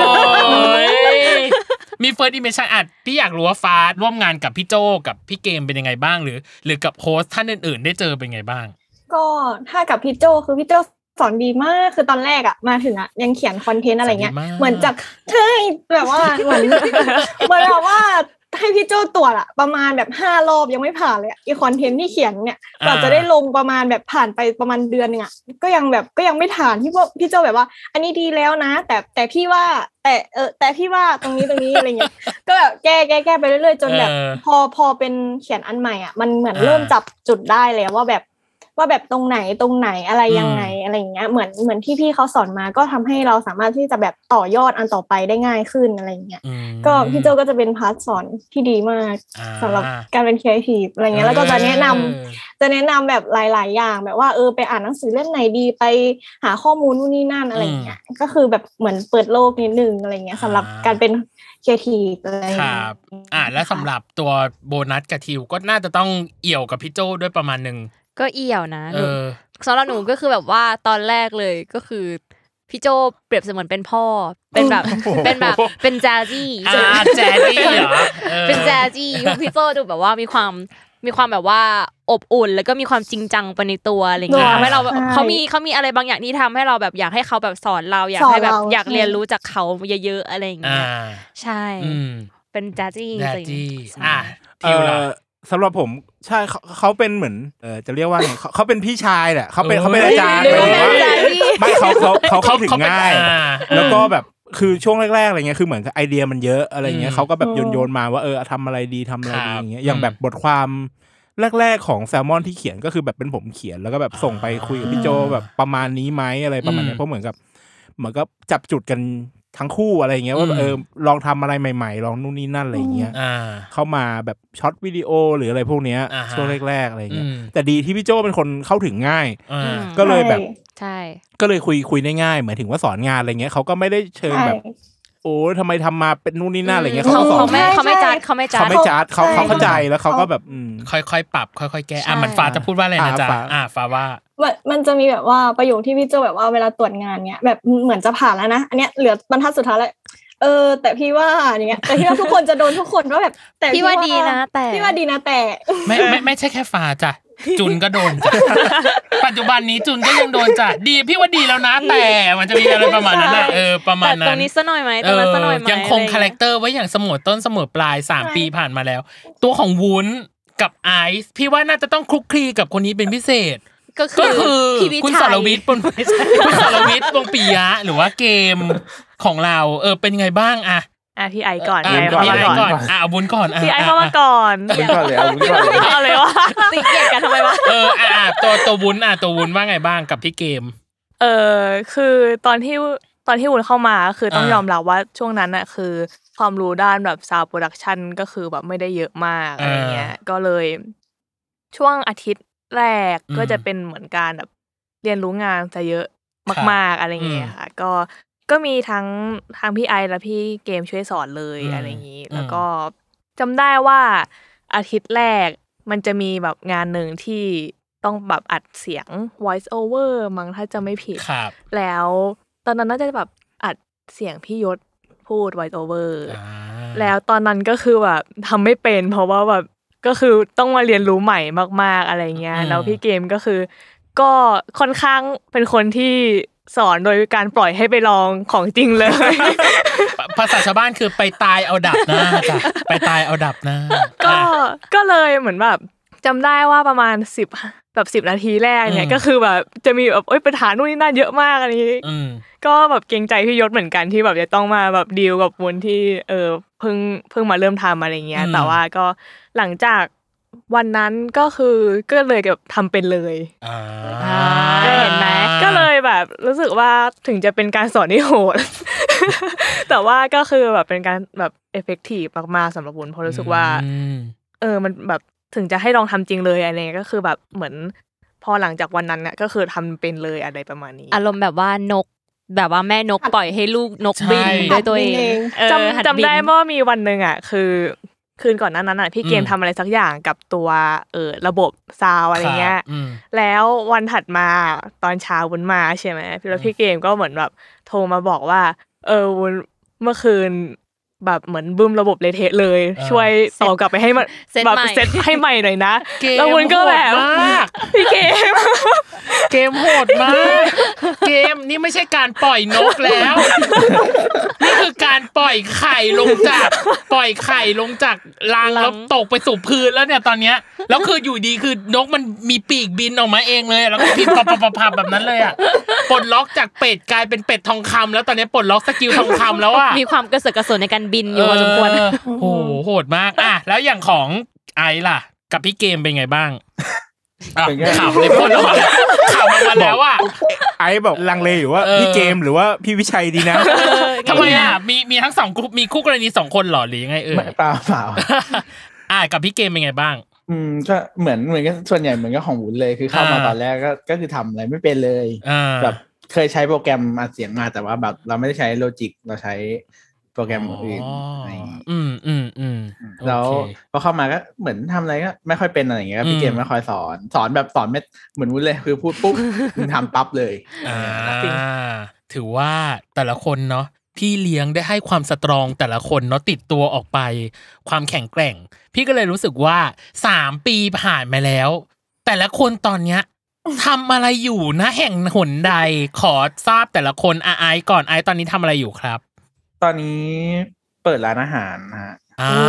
มี first impression พี่อยากรู้ว่าฟ้าร่วมงานกับพี่โจกับพี่เกมเป็นยังไงบ้างหรือกับโฮสท่านอื่นๆได้เจอเป็นยังไงบ้างก็ถ้ากับพี่โจคือพี่โจสอนดีมากคือตอนแรกมาถึงยังเขียนคอนเทนต์อะไรเงี้ยเหมือนจากใช่แบบว่าเหมือนแบบว่าให้พี่โจตรวจประมาณแบบ5 รอบยังไม่ผ่านเลยอีคอนเทนต์ที่เขียนเนี่ยกว่าจะได้ลงประมาณแบบผ่านไปประมาณเดือนนึงก็ยังไม่ผ่านพี่โจแบบว่าอันนี้ดีแล้วนะแต่พี่ว่าแต่พี่ว่าตรงนี้อะไรเงี้ยก็แบบแก้ไปเรื่อยๆจนแบบพอเป็นเขียนอันใหม่มันเหมือนเริ่มจับจุดได้แล้วว่าแบบตรงไหนอะไรยังไงอะไรอย่างเงี้ยเหมือนที่พี่เขาสอนมาก็ทำให้เราสามารถที่จะแบบต่อยอดอันต่อไปได้ง่ายขึ้นอะไรอย่างเงี้ยก็พี่โจก็จะเป็นพาร์ทสอนที่ดีมากสำหรับการเป็นครีเอทีฟอะไรเงี้ยแล้วก็จะแนะนำแบบหลายๆอย่างแบบว่าไปอ่านหนังสือเล่มไหนดีไปหาข้อมูลนู่นนี่นั่นอะไรอย่างเงี้ยก็คือแบบเหมือนเปิดโลกนิดนึงอะไรเงี้ยสำหรับการเป็นครีเอทีฟอะไรครับและสำหรับตัวโบนัสกับทิวก็น่าจะต้องเอี่ยวกับพี่โจด้วยประมาณนึงก็เอี่ยวนะสำหรับหนูก็คือแบบว่าตอนแรกเลยก็คือพี่โจเปรียบเสมือนเป็นพ่อเป็นแบบเป็นแจซี่แจซี่เหรอเป็นแจซี่พี่โจดูแบบว่ามีความแบบว่าอบอุ่นแล้วก็มีความจริงจังไปในตัวอะไรอย่างเงี้ยทำให้เราเขามีอะไรบางอย่างที่ทำให้เราแบบอยากให้เขาแบบสอนเราอยากให้แบบอยากเรียนรู้จากเขาเยอะๆอะไรอย่างเงี้ยใช่เป็นแจซี่ทิวล่ะสำหรับผมใช่เขาเป็นเหมือนจะเรียกว่าเขาเป็นพี่ชายแหละเขาเป็นอาจารย์ไม่เขาเข้าถึงง่ายแล้วก็แบบคือช่วงแรกๆอะไรเงี้ยคือเหมือนไอเดียมันเยอะอะไรเงี้ยเขาก็แบบโยนมาว่าทำอะไรดีทำอะไรดีอย่างเงี้ยอย่างแบบบทความแรกๆของแซลมอนที่เขียนก็คือแบบเป็นผมเขียนแล้วก็แบบส่งไปคุยกับพี่โจแบบประมาณนี้ไหมอะไรประมาณนี้เพราะเหมือนกับจับจุดกันทั้งคู่อะไรเงี้ยว่าลองทำอะไรใหม่ๆลองนู่นนี่นั่นอะไรเงี้ยเข้ามาแบบช็อตวิดีโอหรืออะไรพวกเนี้ยช่วงแรกๆอะไรเงี้ยแต่ดีที่พี่โจเป็นคนเข้าถึงง่ายก็เลยแบบใช่ก็เลยคุยได้ง่ายหมายถึงว่าสอนงานอะไรเงี้ยเขาก็ไม่ได้เชิงแบบโอ้ทำไมทำมาเป็นนู่นนี่นั่นอะไรเงี้ยเขาสอนเขาไม่จัดเขาเข้าใจแล้วเขาก็แบบค่อยๆปรับค่อยๆแก้มันฟ้าจะพูดว่าอะไรนะจ๊ะฟ้าว่ามันจะมีแบบว่าประโยคที่พี่โจแบบว่าเวลาตรวจงานเนี้ยแบบเหมือนจะผ่านแล้วนะอันเนี้ยเหลือบรรทัดสุดท้ายแล้วแต่พี่ว่าอย่างเงี้ยแต่ที่ว่าทุกคนจะโดนทุกคนว่าแบบแต่พี่ว่าดีนะแต่พี่ว่าดีนะแต่ไม่ใช่แค่ฟ้าจ้ะจุนก็โดนจ้ะปัจจุบันนี้จุนก็ยังโดนจ้ะดีพี่ว่าดีแล้วนะแต่มันจะมีอะไรประมาณนั้นแหละประมาณนั้นตรงนี้ซะหน่อยมั้ยตรงนั้นซะหน่อยมั้ยยังคงคาแรคเตอร์ไว้อย่างเสมอต้นเสมอปลาย3 ปีผ่านมาแล้วตัวของวุ้นกับไอซ์พี่ว่าน่าจะต้องคลุกคลีกับคนนี้เป็นพิเศษก็คือคุณสรวิทย์วงปิยะหรือว่าเกมของเราเป็นไงบ้างพี่ไอก่อนพี่ไอก่อนเอาบุญก่อนพี่ไอเข้ามาก่อนบุญก่อนเลยเอาบุญก่อนเลยเอาเลยวะติดเกลียดกันทำไมวะตัวบุญตัวบุญว่าไงบ้างกับพี่เกมคือตอนที่วุ้นเข้ามาคือต้องยอมรับว่าช่วงนั้นน่ะคือความรู้ด้านแบบซาวด์โปรดักชันก็คือแบบไม่ได้เยอะมากอะไรเงี้ยก็เลยช่วงอาทิตย์แรกก็จะเป็นเหมือนการแบบเรียนรู้งานจะเยอะมากๆอะไรเงี้ยค่ะก็มีทั้งพี่ไอและพี่เกมช่วยสอนเลยอะไรอย่างนี้แล้วก็จำได้ว่าอาทิตย์แรกมันจะมีแบบงานหนึ่งที่ต้องแบบอัดเสียง voice over มั้งถ้าจะไม่ผิดแล้วตอนนั้นน่าจะแบบอัดเสียงพี่ยศพูด voice over แล้วตอนนั้นก็คือแบบทำไม่เป็นเพราะว่าแบบก็คือต้องมาเรียนรู้ใหม่มากๆอะไรเงี้ยแล้วพี่เกมก็คือก็ค่อนข้างเป็นคนที่สอนโดยการปล่อยให้ไปลองของจริงเลยภาษาชาวบ้านคือไปตายเอาดับหน้าจ้ะไปตายเอาดับหน้าก็เลยเหมือนแบบจำได้ว่าประมาณ10นาทีแรกเนี่ยก็คือแบบจะมีแบบปัญหานู่นนี่นั่นเยอะมากอันนี้ก็แบบเกรงใจพี่ยศเหมือนกันที่แบบจะต้องมาแบบดีลกับวนที่เพิ่งมาเริ่มทำอะไรเงี้ยแต่ว่าก็หลังจากวันนั้นก็เลยแบบทำเป็นเลยเห็นไหมก็เลยแบบรู้สึกว่าถึงจะเป็นการสอนที่โหด แต่ว่าก็คือแบบเป็นการแบบเอฟเฟกตีฟมากๆสำหรับวุ้นเพราะรู้สึกว่ามันแบบถึงจะให้ลองทำจริงเลยอะไรก็คือแบบเหมือนพอหลังจากวันนั้นเนี่ยก็คือทำเป็นเลยอะไรประมาณนี้อารมณ์แบบว่านกแบบว่าแม่นกปล่อยให้ลูกนกบินด้วยตัวเองจำได้ว่ามีวันนึงอ่ะคือคืนก่อนนั้นน่ะพี่เกมทำอะไรสักอย่างกับตัวระบบซาวอะไรเงี้ยแล้ววันถัดมาตอนเช้าวุ้นมาใช่ไหมแล้วพี่เกมก็เหมือนแบบโทรมาบอกว่าวุ้นเมื่อคืนแบบเหมือนบึ้มระบบเละเทะเลยช่วยต่อกลับไปให้มันแบบเซตให้ใหม่หน่อยนะแล้ววุ้นก็แบบพี่เกมโหดมากเกมนี่ไม่ใช่การปล่อยนกแล้วนี่คือการปล่อยไข่ลงจากรังแล้วตกไปสู่พื้นแล้วเนี่ยตอนเนี้ยแล้วคืออยู่ดีคือนกมันมีปีกบินออกมาเองเลยแล้วก็บินปับแบบนั้นเลยอ่ะปลดล็อกจากเป็ดกลายเป็นเป็ดทองคำแล้วตอนนี้ปลดล็อกสกิลทองคำแล้วอ่ะมีความกระเสือกกระสนในการบินอยู่พอสมควรโอ้โหโหดมากอ่ะแล้วอย่างของไอล่ะกับพี่เกมเป็นไงบ้างข่าวในพ่นข่าวมาแล้วอ่ะไอแบบลังเลอยู่ว่าพี่เกมหรือว่าพี่วิชัยดีนะทำไมอ่ะมีทั้ง2กลุ่มมีคู่กรณี2คนหรอหรือยังไงเปล่ากับพี่เกมเป็นไงบ้างก็เหมือนกันส่วนใหญ่เหมือนกับของวุ้นเลยคือเข้ามาตอนแรกก็คือทำอะไรไม่เป็นเลยแบบเคยใช้โปรแกรมอัดเสียงมาแต่ว่าแบบเราไม่ได้ใช้ Logic เราใช้โปรแกรมอื่นแล้วพอเข้ามาก็เหมือนทำอะไรก็ไม่ค่อยเป็นอะไรอย่างเงี้ยพี่เกมไม่ค่อยสอนแบบสอนไม่เหมือนวุ้นเลยคือพูดปุ๊บมึงทำปั๊บเลยถือว่าแต่ละคนเนาะพี่เลี้ยงได้ให้ความสตรองแต่ละคนเนาะติดตัวออกไปความแข็งแกร่งพี่ก็เลยรู้สึกว่า3ปีผ่านมาแล้วแต่ละคนตอนเนี้ยทำอะไรอยู่นะแห่งหนใดขอทราบแต่ละคนไอก่อนไอตอนนี้ทำอะไรอยู่ครับตอนนี้เปิดร้านอาหารฮะ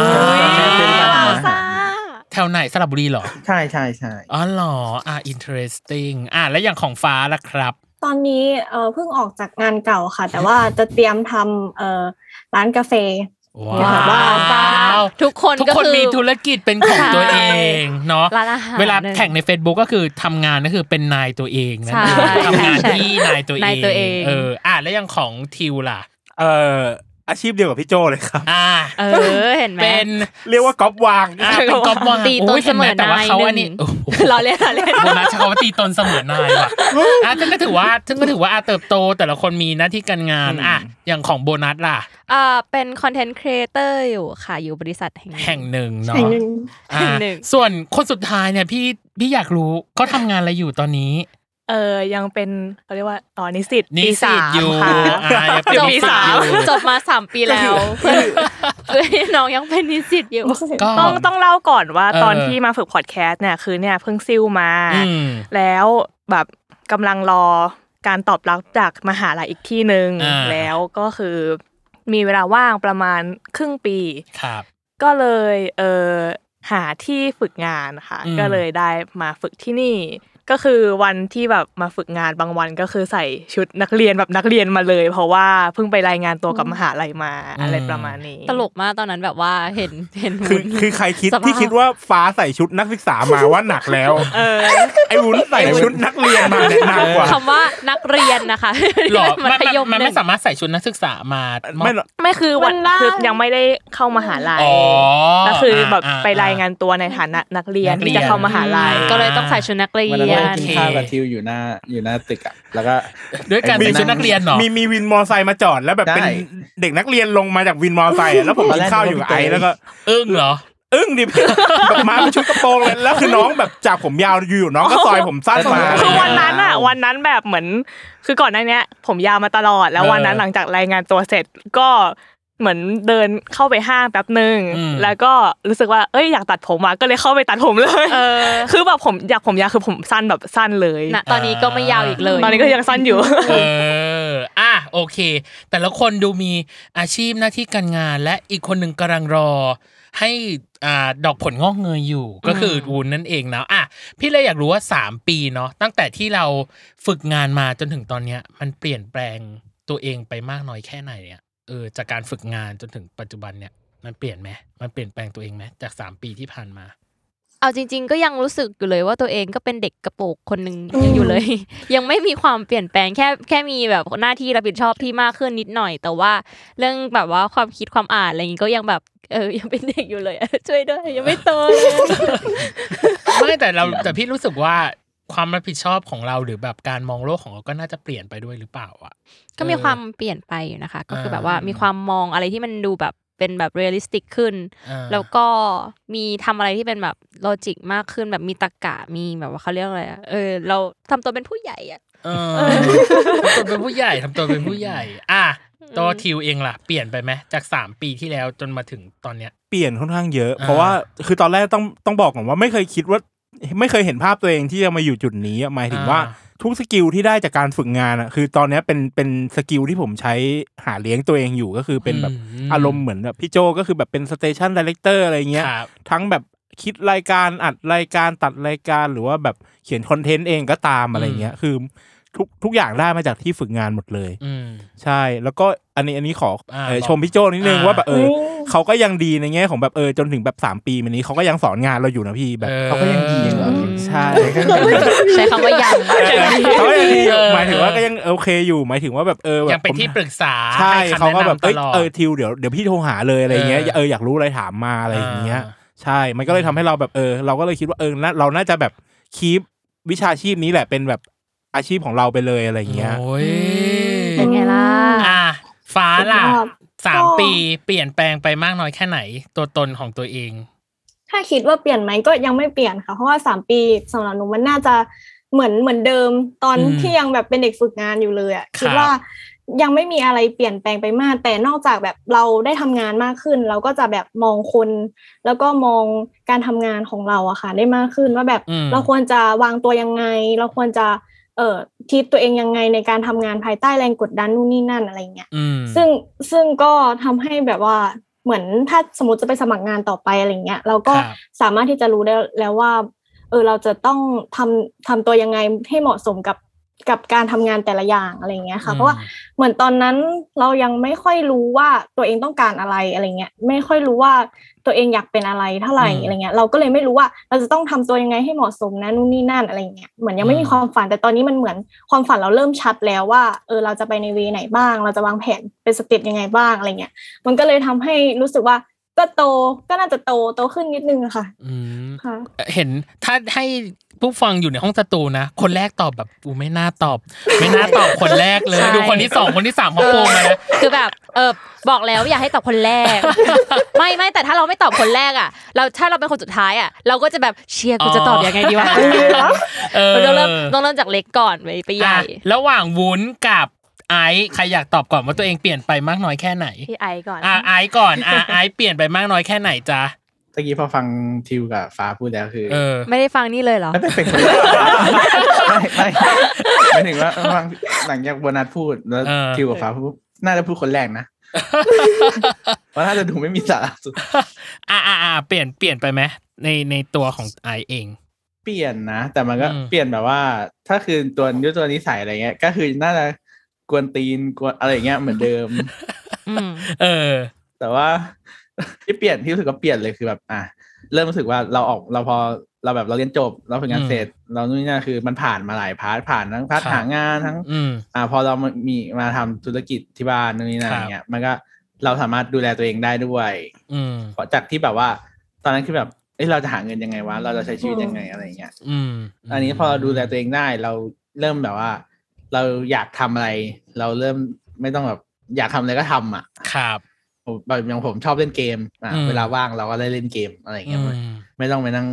แถวไหนสระบุรีเหรอใช่อ๋อเหรอinteresting แล้วอย่างของฟ้าล่ะครับตอนนี้เพิ่งออกจากงานเก่าค่ะแต่ว่าจะเตรียมทำร้านกาแฟว้าวทุกคนมีธุรกิจเป็นของตัวเองเนาะเวลาแข่งใน Facebook ก็คือทำงานก็คือเป็นนายตัวเองนะทำงานที่นายตัวเองแล้วอย่างของทิวล่ะอาชีพเดียวกับพี่โจเลยครับเห็นไหมเป็นเรียกว่าก๊อปวางเป็นก๊อปวางตีตนเสมอนายนึงเราเล่นโบนัสใช้คำว่าตีตนเสมอนายว่ะซึ่งก็ถือว่าเติบโตแต่ละคนมีหน้าที่การงานอย่างของโบนัสล่ะเป็นคอนเทนต์ครีเอเตอร์อยู่ค่ะอยู่บริษัทแห่งหนึ่งเนาะส่วนคนสุดท้ายเนี่ยพี่อยากรู้เขาทำงานอะไรอยู่ตอนนี้ยังเป็นเขาเรียกว่านิสิตปี 3 อยู่ปี 3จบมา3ปีแล้วเพื่อนน้องยังเป็นนิสิตอยู่ต้องเล่าก่อนว่าตอนที่มาฝึกพอดแคสต์เนี่ยคือเนี่ยเพิ่งซิ่วมาแล้วแบบกำลังรอการตอบรับจากมหาลัยอีกที่นึงแล้วก็คือมีเวลาว่างประมาณครึ่งปีก็เลยหาที่ฝึกงานค่ะก็เลยได้มาฝึกที่นี่ก็คือวันที่แบบมาฝึกงานบางวันก็คือใส่ชุดนักเรียนแบบนักเรียนมาเลยเพราะว่าเพิ่งไปรายงานตัวกับมหาลัยมาอะไรประมาณนี้ตลกมากตอนนั้นแบบว่าเห็นคือใครคิดว่าฟ้าใส่ชุดนักศึกษามาว่าหนักแล้วไอ้วุ้นใส่ชุดนักเรียนมาเนี่ยหนักกว่าคำว่านักเรียนนะคะมันไม่สามารถใส่ชุดนักศึกษามาไม่คือวันคือยังไม่ได้เข้ามหาลัยก็คือแบบไปรายงานตัวในฐานะนักเรียนที่จะเข้ามหาลัยก็เลยต้องใส่ชุดนักเรียนกินข้าวกับทิวอยู่หน้าตึกอ่ะแล้วก็ด้วยการเป็นชุดนักเรียนเนาะมีวินมอไซค์มาจอดแล้วแบบเป็นเด็กนักเรียนลงมาจากวินมอไซค์แล้วผมกินข้าวอยู่กับไอแล้วก็เหรอดิแบบมาเป็นชุดกระโปรงเลยแล้วคือน้องแบบจากผมยาวอยู่น้องก็ซอยผมสั้นมาคือวันนั้นแบบเหมือนคือก่อนหน้านี้ผมยาวมาตลอดแล้ววันนั้นหลังจากรายงานตัวเสร็จก็เหมือนเดินเข้าไปห้างแป๊บนึงแล้วก็รู้สึกว่าอยากตัดผมอ่ะก็เลยเข้าไปตัดผมเลยคือแบบผมอยากคือผมสั้นแบบสั้นเลยนะตอนนี้ก็ไม่ยาวอีกเลยตอนนี้ก็ยังสั้นอยู่โอเคแต่ละคนดูมีอาชีพหน้าที่การงานและอีกคนหนึ่งกำลังรอให้ดอกผลงอกเงยอยู่ก็คือวุ้นนั่นเองนะพี่เลยอยากรู้ว่า3ปีเนาะตั้งแต่ที่เราฝึกงานมาจนถึงตอนเนี้ยมันเปลี่ยนแปลงตัวเองไปมากน้อยแค่ไหนเนี่ยจากการฝึกงานจนถึงปัจจุบันเนี่ยมันเปลี่ยนไหมมันเปลี่ยนแปลงตัวเองไหมจาก3ปีที่ผ่านมาเอาจริงๆก็ยังรู้สึกอยู่เลยว่าตัวเองก็เป็นเด็กกระโปรงคนนึงยังอยู่เลย ยังไม่มีความเปลี่ยนแปลงแค่มีแบบหน้าที่รับผิดชอบที่มากขึ้นนิดหน่อยแต่ว่าเรื่องแบบว่าความคิดความอ่านอะไรอย่างงี้ก็ยังแบบยังเป็นเด็กอยู่เลยช่วยด้วยยังไม่โตเลยไม่แต่พี่รู้สึกว่าความรับผิดชอบของเราหรือแบบการมองโลกของเราก็น่าจะเปลี่ยนไปด้วยหรือเปล่าก็มีความเปลี่ยนไปอยู่นะคะก็คือแบบว่ามีความมองอะไรที่มันดูแบบเป็นแบบเรียลลิสติกขึ้นแล้วก็มีทำอะไรที่เป็นแบบลอจิกมากขึ้นแบบมีตรรกะมีแบบว่าเขาเรียกอะไรเราทำตัวเป็นผู้ใหญ่ทำตัวเป็นผู้ใหญ่ตัวทิวเองล่ะเปลี่ยนไปไหมจาก3ปีที่แล้วจนมาถึงตอนเนี้ยเปลี่ยนค่อนข้างเยอะเพราะว่าคือตอนแรกต้องบอกก่อนว่าไม่เคยคิดว่าไม่เคยเห็นภาพตัวเองที่จะมาอยู่จุดนี้หมายถึงว่าทุกสกิลที่ได้จากการฝึกงานคือตอนนี้เป็นสกิลที่ผมใช้หาเลี้ยงตัวเองอยู่ก็คือเป็นแบบอารมณ์เหมือนแบบพี่โจก็คือแบบเป็นสเตชันไดเรคเตอร์อะไรเงี้ยทั้งแบบคิดรายการอัดรายการตัดรายการหรือว่าแบบเขียนคอนเทนต์เองก็ตามอะไรเงี้ยคือทุกอย่างได้มาจากที่ฝึกงานหมดเลยใช่แล้วก็อันนี้ขอชมพี่โจนิดนึงว่าแบบเขาก็ยังดีในแง่ของแบบจนถึงแบบ3ปีมานี้เขาก็ยังสอนงานเราอยู่นะพี่แบบเขาก็ยังดีอย่างเหรอใช่ใช้คำว่ายังเขายังดีหมายถึงว่าก็ยังโอเคอยู่หมายถึงว่าแบบยังเป็นที่ปรึกษาใช่เขาก็แบบทิวเดี๋ยวพี่โทรหาเลยอะไรเงี้ยอยากรู้อะไรถามมาอะไรอย่างเงี้ยใช่มันก็เลยทำให้เราแบบเราก็เลยคิดว่าเราน่าจะแบบคีปวิชาชีพนี้แหละเป็นแบบอาชีพของเราไปเลยอะไรเงี้ยเป็นไงล่ะฟ้าล่ะ3ปีเปลี่ยนแปลงไปมากน้อยแค่ไหนตัวตนของตัวเองถ้าคิดว่าเปลี่ยนไหมก็ยังไม่เปลี่ยนค่ะเพราะว่า3ปีสำหรับหนูมันน่าจะเหมือนเดิมตอนที่ยังแบบเป็นเด็กฝึกงานอยู่เลยคิดว่ายังไม่มีอะไรเปลี่ยนแปลงไปมากแต่นอกจากแบบเราได้ทำงานมากขึ้นเราก็จะแบบมองคนแล้วก็มองการทำงานของเราอะค่ะได้มากขึ้นว่าแบบเราควรจะวางตัวยังไงเราควรจะทีตัวเองยังไงในการทำงานภายใต้แรงกดดันนู่นนี่นั่นอะไรเงี้ยซึ่งก็ทำให้แบบว่าเหมือนถ้าสมมติจะไปสมัครงานต่อไปอะไรเงี้ยเราก็สามารถที่จะรู้ได้แล้วว่าเราจะต้องทำตัวยังไงให้เหมาะสมกับการทำงานแต่ละอย่างอะไรเงี้ยค่ะเพราะว่าเหมือนตอนนั้นเรายังไม่ค่อยรู้ว่าตัวเองต้องการอะไรอะไรเงี้ยไม่ค่อยรู้ว่าตัวเองอยากเป็นอะไรเท่าไหร่อะไรเงี้ยเราก็เลยไม่รู้ว่าเราจะต้องทำตัวยังไงให้เหมาะสมนะนู่นนี่นั่นอะไรเงี้ยเหมือนยังไม่มีความฝันแต่ตอนนี้มันเหมือนความฝันเราเริ่มชัดแล้วว่าเราจะไปในเวไหนบ้างเราจะวางแผนเป็นสเต็ปยังไงบ้างอะไรเงี้ยมันก็เลยทำให้รู้สึกว่าก็น่าจะโตขึ้นนิดนึงค่ะค่ะเห็นถ้าให้ผู้ฟังอยู่ในห้องสตูนะคนแรกตอบแบบกูไม่น่าตอบคนแรกเลยดูคนที่2คนที่3เขาโกงมาแล้วคือแบบบอกแล้วอย่าให้ตอบคนแรกไม่แต่ถ้าเราไม่ตอบคนแรกถ้าเราเป็นคนสุดท้ายเราก็จะแบบเชียร์กูจะตอบยังไงดีวะต้องเริ่มจากเล็กก่อนไปใหญ่ระหว่างวุ้นกับไอซ์ใครอยากตอบก่อนว่าตัวเองเปลี่ยนไปมากน้อยแค่ไหนพี่ไอซ์ก่อนไอซ์ก่อนไอซ์เปลี่ยนไปมากน้อยแค่ไหนจ๊ะตะกี้พอฟังทิวกับฟ้าพูดแล้วคือไม่ได้ฟังนี่เลยเหรอไม่เป็นไม่ถึงว่าฟังหลังจากโบนัสพูดแล้วทิวกับฟ้าพูดน่าจะพูดคนแรกนะเพราะน่าจะดูไม่มีสาระสุดเปลี่ยนไปไหมในตัวของไอเองเปลี่ยนนะแต่มันก็เปลี่ยนแบบว่าถ้าคือตัวนิสัยอะไรเงี้ยก็คือน่าจะกวนตีนกวนอะไรเงี้ยเหมือนเดิมแต่ว่าที่เปลี่ยนที่รู้สึกว่าเปลี่ยนเลยคือแบบเริ่มรู้สึกว่าเราพอเราแบบเราเรียนจบเราฝึกงานเสร็จเรานู่นนี่คือมันผ่านมาหลายพาร์ทผ่านทั้งพาร์ทหางานทั้งพอเรามาทำธุรกิจที่บ้านนู่นนี่นั่นอย่างเงี้ยมันก็เราสามารถดูแลตัวเองได้ด้วยเพราะจากที่แบบว่าตอนนั้นคือแบบเราจะหาเงินยังไงวะเราจะใช้ชีวิตยังไงอะไรเงี้ยอันนี้พอเราดูแลตัวเองได้เราเริ่มแบบว่าเราอยากทำอะไรเราเริ่มไม่ต้องแบบอยากทำอะไรก็ทำครับแบบอย่างผมชอบเล่นเกมเวลาว่างเราก็ได้เล่นเกมอะไรเงี้ยไม่ต้องไปนั่ง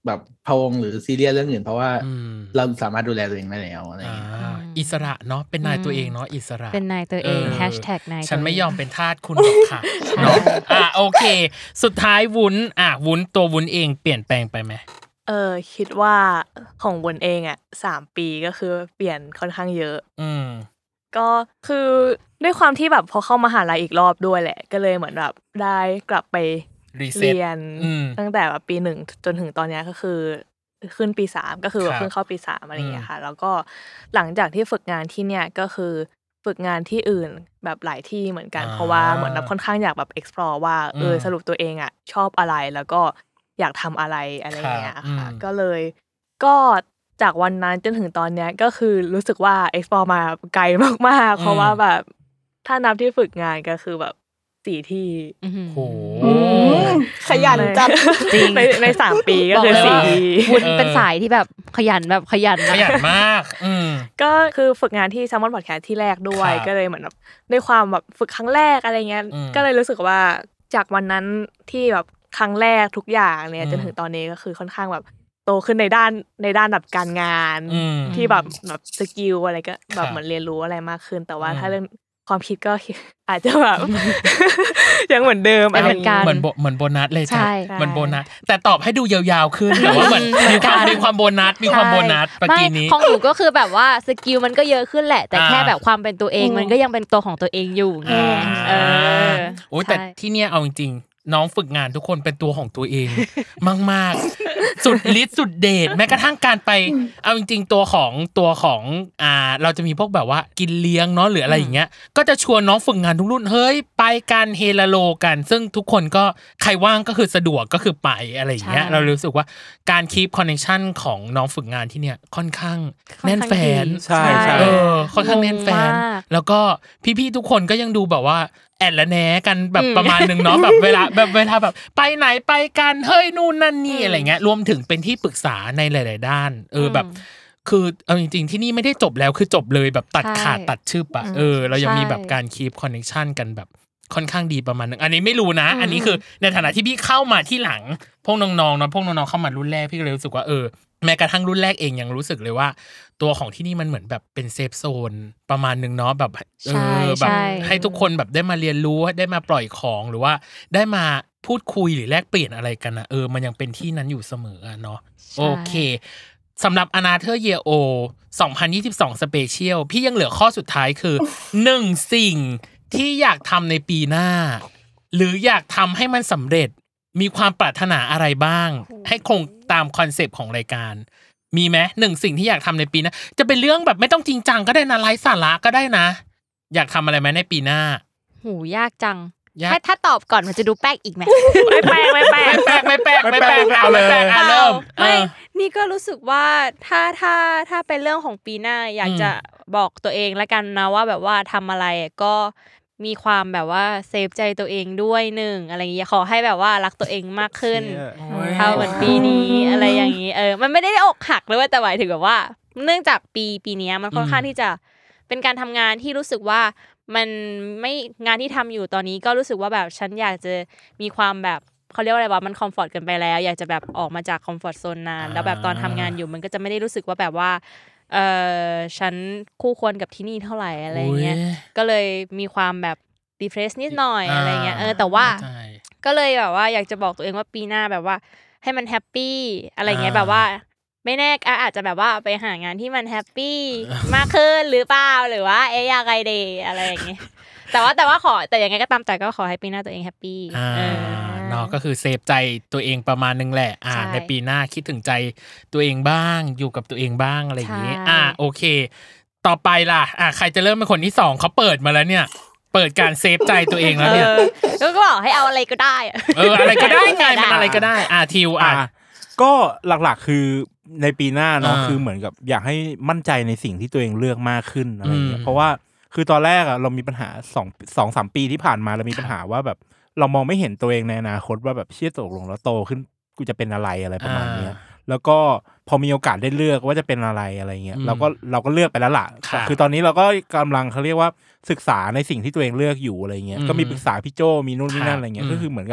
แบบพะวงหรือซีเรียสเรื่องอื่นเพราะว่าเราสามารถดูแลตัวเองได้แล้วอะไรอย่างเงี้ยอิสระเนาะเป็นนายตัวเองเนาะอิสระเป็นนายตัวเอง#นายฉันไม่ยอมเป็นทาสคุณหรอกค่ะเนาะโอเคสุดท้ายวุ้นวุ้นตัววุ้นเองเปลี่ยนแปลงไปไหมคิดว่าของวุ้นเอง3 ปีก็คือเปลี่ยนค่อนข้างเยอะก็คือด้วยความที่แบบพอเข้ามหาลัยอีกรอบด้วยแหละก็เลยเหมือนแบบได้กลับไปเรียนตั้งแต่แบบปี1จนถึงตอนนี้ก็คือขึ้นปี3ก็คือแบบเพิ่งเข้าปี3อะไรอย่างเงี้ยค่ะแล้วก็หลังจากที่ฝึกงานที่เนี่ยก็คือฝึกงานที่อื่นแบบหลายที่เหมือนกันเพราะว่าเหมือนแบบค่อนข้างอยากแบบ explore ว่าสรุปตัวเองชอบอะไรแล้วก็อยากทำอะไรอย่างเงี้ยค่ะก็เลยก็จากวันนั้นจนถึงตอนเนี้ยก็คือรู้สึกว่า explore มาไกลมากๆเพราะว่าแบบถ้านับที่ฝึกงานก็คือแบบ4 ที่โหขยันจัดจริงใน3 ปีก็คือ4 ที่คุณเป็นสายที่แบบขยันมากก็คือฝึกงานที่ Salmon Podcast ที่แรกด้วยก็เลยเหมือนแบบด้วยความแบบฝึกครั้งแรกอะไรเงี้ยก็เลยรู้สึกว่าจากวันนั้นที่แบบครั้งแรกทุกอย่างเนี่ยจนถึงตอนนี้ก็คือค่อนข้างแบบโตขึ้นในด้านแบบการงานที่แบบสกิลอะไรก็แบบเหมือนเรียนรู้อะไรมากขึ้นแต่ว่าถ้าเรื่องความคิดก็อาจจะแบบยังเหมือนเดิมอะไรเหมือนโบนัสเลยใช่เหมือนโบนัสแต่ตอบให้ดูยาวๆขึ้นแต่ว่าเหมือนมีความโบนัสเมื่อกี้นี้ของหนูก็คือแบบว่าสกิลมันก็เยอะขึ้นแหละแต่แค่แบบความเป็นตัวเองมันก็ยังเป็นตัวของตัวเองอยู่ไงโอ้แต่ที่เนี่ยเอาจริงน้องฝึกงานทุกคนเป็นตัวของตัวเองมากๆสุดฤทธิ์สุดเดชแม้กระทั่งการไปเอาจริงๆตัวของเราจะมีพวกแบบว่ากินเลี้ยงเนาะหรืออะไรอย่างเงี้ยก็จะชวนน้องฝึกงานทุกรุ่นเฮ้ยไปกันเฮลาโลกันซึ่งทุกคนก็ใครว่างก็คือสะดวกก็คือไปอะไรอย่างเงี้ยเรารู้สึกว่าการคีปคอนเนคชั่นของน้องฝึกงานที่เนี่ยค่อนข้างแน่นแฟนใช่ค่อนข้างแน่นแฟนแล้วก็พี่ๆทุกคนก็ยังดูแบบว่าแอดละแหนกันแบบประมาณนึงเนาะแบบเวลาแบบไปไหนไปกันเฮ้ยนู่นนั่นนี่อะไรเงี้ยรวมถึงเป็นที่ปรึกษาในหลายๆด้านแบบคือเอาจริงๆที่นี่ไม่ได้จบแล้วคือจบเลยแบบตัดขาดตัดชึบอ่ะเรายังมีแบบการคีปคอนเนคชั่นกันแบบค่อนข้างดีประมาณนึงอันนี้ไม่รู้นะอันนี้คือในฐานะที่พี่เข้ามาที่หลังพวกน้องๆเนาะพวกน้องๆเข้ามารุ่นแรกพี่ก็เลยรู้สึกว่าแม้กระทั่งรุ่นแรกเองยังรู้สึกเลยว่าตัวของที่นี่มันเหมือนแบบเป็นเซฟโซนประมาณนึงเนาะแบบแบบให้ทุกคนแบบได้มาเรียนรู้ได้มาปล่อยของหรือว่าได้มาพูดคุยหรือแลกเปลี่ยนอะไรกันนะมันยังเป็นที่นั้นอยู่เสมอเนาะโอเคสำหรับ Another Year O 2022 Special พี่ยังเหลือข้อสุดท้ายคือ 1 สิ่งที่อยากทำในปีหน้าหรืออยากทำให้มันสำเร็จมีความปรารถนาอะไรบ้างให้คงตามคอนเซปต์ของรายการมีไหม1 สิ่งที่อยากทำในปีหน้าจะเป็นเรื่องแบบไม่ต้องจริงจังก็ได้นะไร้สาระก็ได้นะอยากทำอะไรไหมในปีหน้าหูยากจังถ้าตอบก่อนมันจะดูแปลกอีกไหมไม่แปลกเอาเลยเริ่มไม่นี่ก็รู้สึกว่าถ้าเป็นเรื่องของปีหน้าอยากจะบอกตัวเองละกันนะว่าแบบว่าทำอะไรก็มีความแบบว่าเซฟใจตัวเองด้วย1อะไรอย่างเงี้ยขอให้แบบว่ารักตัวเองมากขึ้นเท่าเหมือนปีนี้อะไรอย่างงี้มันไม่ได้อกหักเลยแต่หมายถึงแบบว่าเนื่องจากปีนี้มันค่อนข้างที่จะเป็นการทำงานที่รู้สึกว่ามันไม่งานที่ทำอยู่ตอนนี้ก็รู้สึกว่าแบบฉันอยากจะมีความแบบเขาเรียกว่าอะไรวะมันคอมฟอร์ตเกินไปแล้วอยากจะแบบออกมาจากคอมฟอร์ตโซนนานแล้วแบบตอนทำงานอยู่มันก็จะไม่ได้รู้สึกว่าแบบว่าฉันคู่ควรกับที่นี่เท่าไหร่อะไรเงี้ยก็เลยมีความแบบดีเพรสนิดหน่อยอะไรเงี้ยแต่ว่าก็เลยแบบว่าอยากจะบอกตัวเองว่าปีหน้าแบบว่าให้มันแฮปปี้อะไรเงี้ยแบบว่าไม่แน่อาจจะแบบว่าไปหางานที่มันแฮปปี้มากขึ้นหรือเปล่าหรือว่าอยากไงดีอะไรอย่างเงี้ยแต่ว่าขอแต่ยังไงก็ตามใจก็ขอให้ปีหน้าตัวเองแฮปปี้เนาะก็คือเซฟใจตัวเองประมาณนึงแหละในปีหน้าคิดถึงใจตัวเองบ้างอยู่กับตัวเองบ้างอะไรอย่างงี้โอเคต่อไปล่ะใครจะเริ่มเป็นคนที่2เขาเปิดมาแล้วเนี่ยเปิดการเซฟใจตัวเองแล้วเนี่ยก็บอกให้เอาอะไรก็ได้อะไรก็ได้ไงมันอะไรก็ได้ทิวก็หลักๆคือในปีหน้าเนาะคือเหมือนกับอยากให้มั่นใจในสิ่งที่ตัวเองเลือกมากขึ้นอะไรอย่างเงี้ยเพราะว่าคือตอนแรกเรามีปัญหา2-3 ปีที่ผ่านมาเรามีปัญหาว่าแบบเรามองไม่เห็นตัวเองในอนาคตว่าแบบเชี่ยตกลงแล้วโตขึ้นกูจะเป็นอะไรประมาณนี้แล้วก็พอมีโอกาสได้เลือกว่าจะเป็นอะไรเงี้ยเราก็เลือกไปแล้วล่ะคือตอนนี้เราก็กำลังเขาเรียกว่าศึกษาในสิ่งที่ตัวเองเลือกอยู่อะไรเงี้ยก็มีปรึกษาพี่โจมีนู่นนี่นั่นอะไรเงี้ยก็คือเหมือนกับ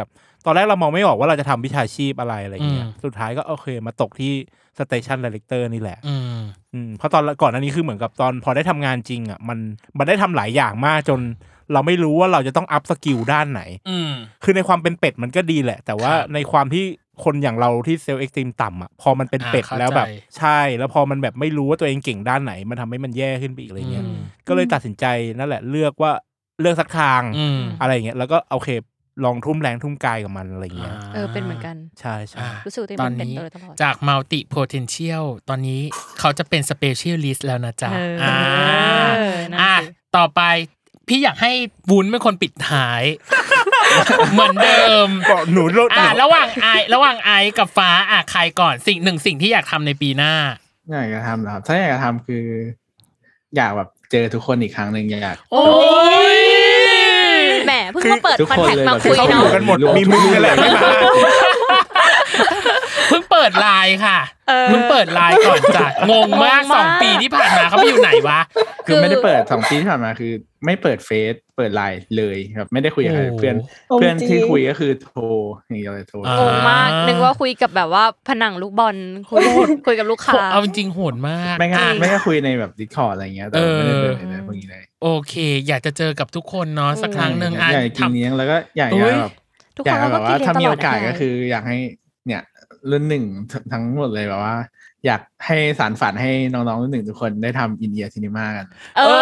ตอนแรกเรามองไม่ออกว่าเราจะทำวิชาชีพอะไรเงี้ยสุดท้ายก็โอเคมาตกที่สเตชันไดเรคเตอร์นี่แหละเพราะตอนก่อนอันนี้คือเหมือนกับตอนพอได้ทำงานจริงอ่ะมันได้ทำหลายอย่างมากจนเราไม่รู้ว่าเราจะต้องอัพสกิลด้านไหนคือในความเป็นเป็ดมันก็ดีแหละแต่ว่าในความที่คนอย่างเราที่เซลล์เอ็กซ์ตรีมต่ำอ่ะพอมันเป็นเป็ดแล้วแบบใช่แล้วพอมันแบบไม่รู้ว่าตัวเองเก่งด้านไหนมันทำให้มันแย่ขึ้นไปอีกอะไรเงี้ยก็เลยตัดสินใจนั่นแหละเลือกสักทางอะไรเงี้ยแล้วก็โอเคลองทุ่มแรงทุ่มกายกับมันอะไรเงี้ยเป็นเหมือนกันใช่รู้สึกตัวเองเป็นเป็ดตลอดจาก multi potential ตอนนี้เขาจะเป็น specialist แล้วนะจ๊ะต่อไปพี่อยากให้วุ้นเป็นคนปิดท้ายเหมือนเดิมหนูระหว่างไอกับฟ้าใครก่อนสิ่งที่อยากทำในปีหน้าอยากจะทำครับถ้าอยากจะทำคืออยากแบบเจอทุกคนอีกครั้งนึงอยากโอ้ยแหมเพิ่งมาเปิดคอนแทคมาคุยเนาะกันหมดมีมึงกันแหละไม่มาเพิ่งเปิดไลน์ค่ะเพิ่งเปิดไลน์ก่อนจ้ะงงมาก2ปีที่ผ่านมาเขาไปอยู่ไหนวะคือไม่ได้เปิด2ปีที่ผ่านมาคือไม่เปิดเฟซเปิดไลน์เลยครับไม่ได้คุยกับใครเพื่อนที่คุยก็คือโทรอย่างเดียวเลยโทรงงมากนึกว่าคุยกับแบบว่าผนังลูกบอลคุยกับลูกค้าเอาจริงโหดมากไม่ก็คุยในแบบ Discord อะไรเงี้ยแต่ไม่ได้เปิดในพวกนี้เลยโอเคอยากจะเจอกับทุกคนเนาะสักครั้งนึงอยากกินเลี้ยงแล้วก็อยากแบบว่าถ้ามีโอกาสก็คืออยากให้เนี่ยรุ่นหนึ่งทั้งหมดเลยแบบว่าอยากให้สารฝันให้น้องๆรุ่นหนึ่งทุกคนได้ทำอินเดียซินีมากัน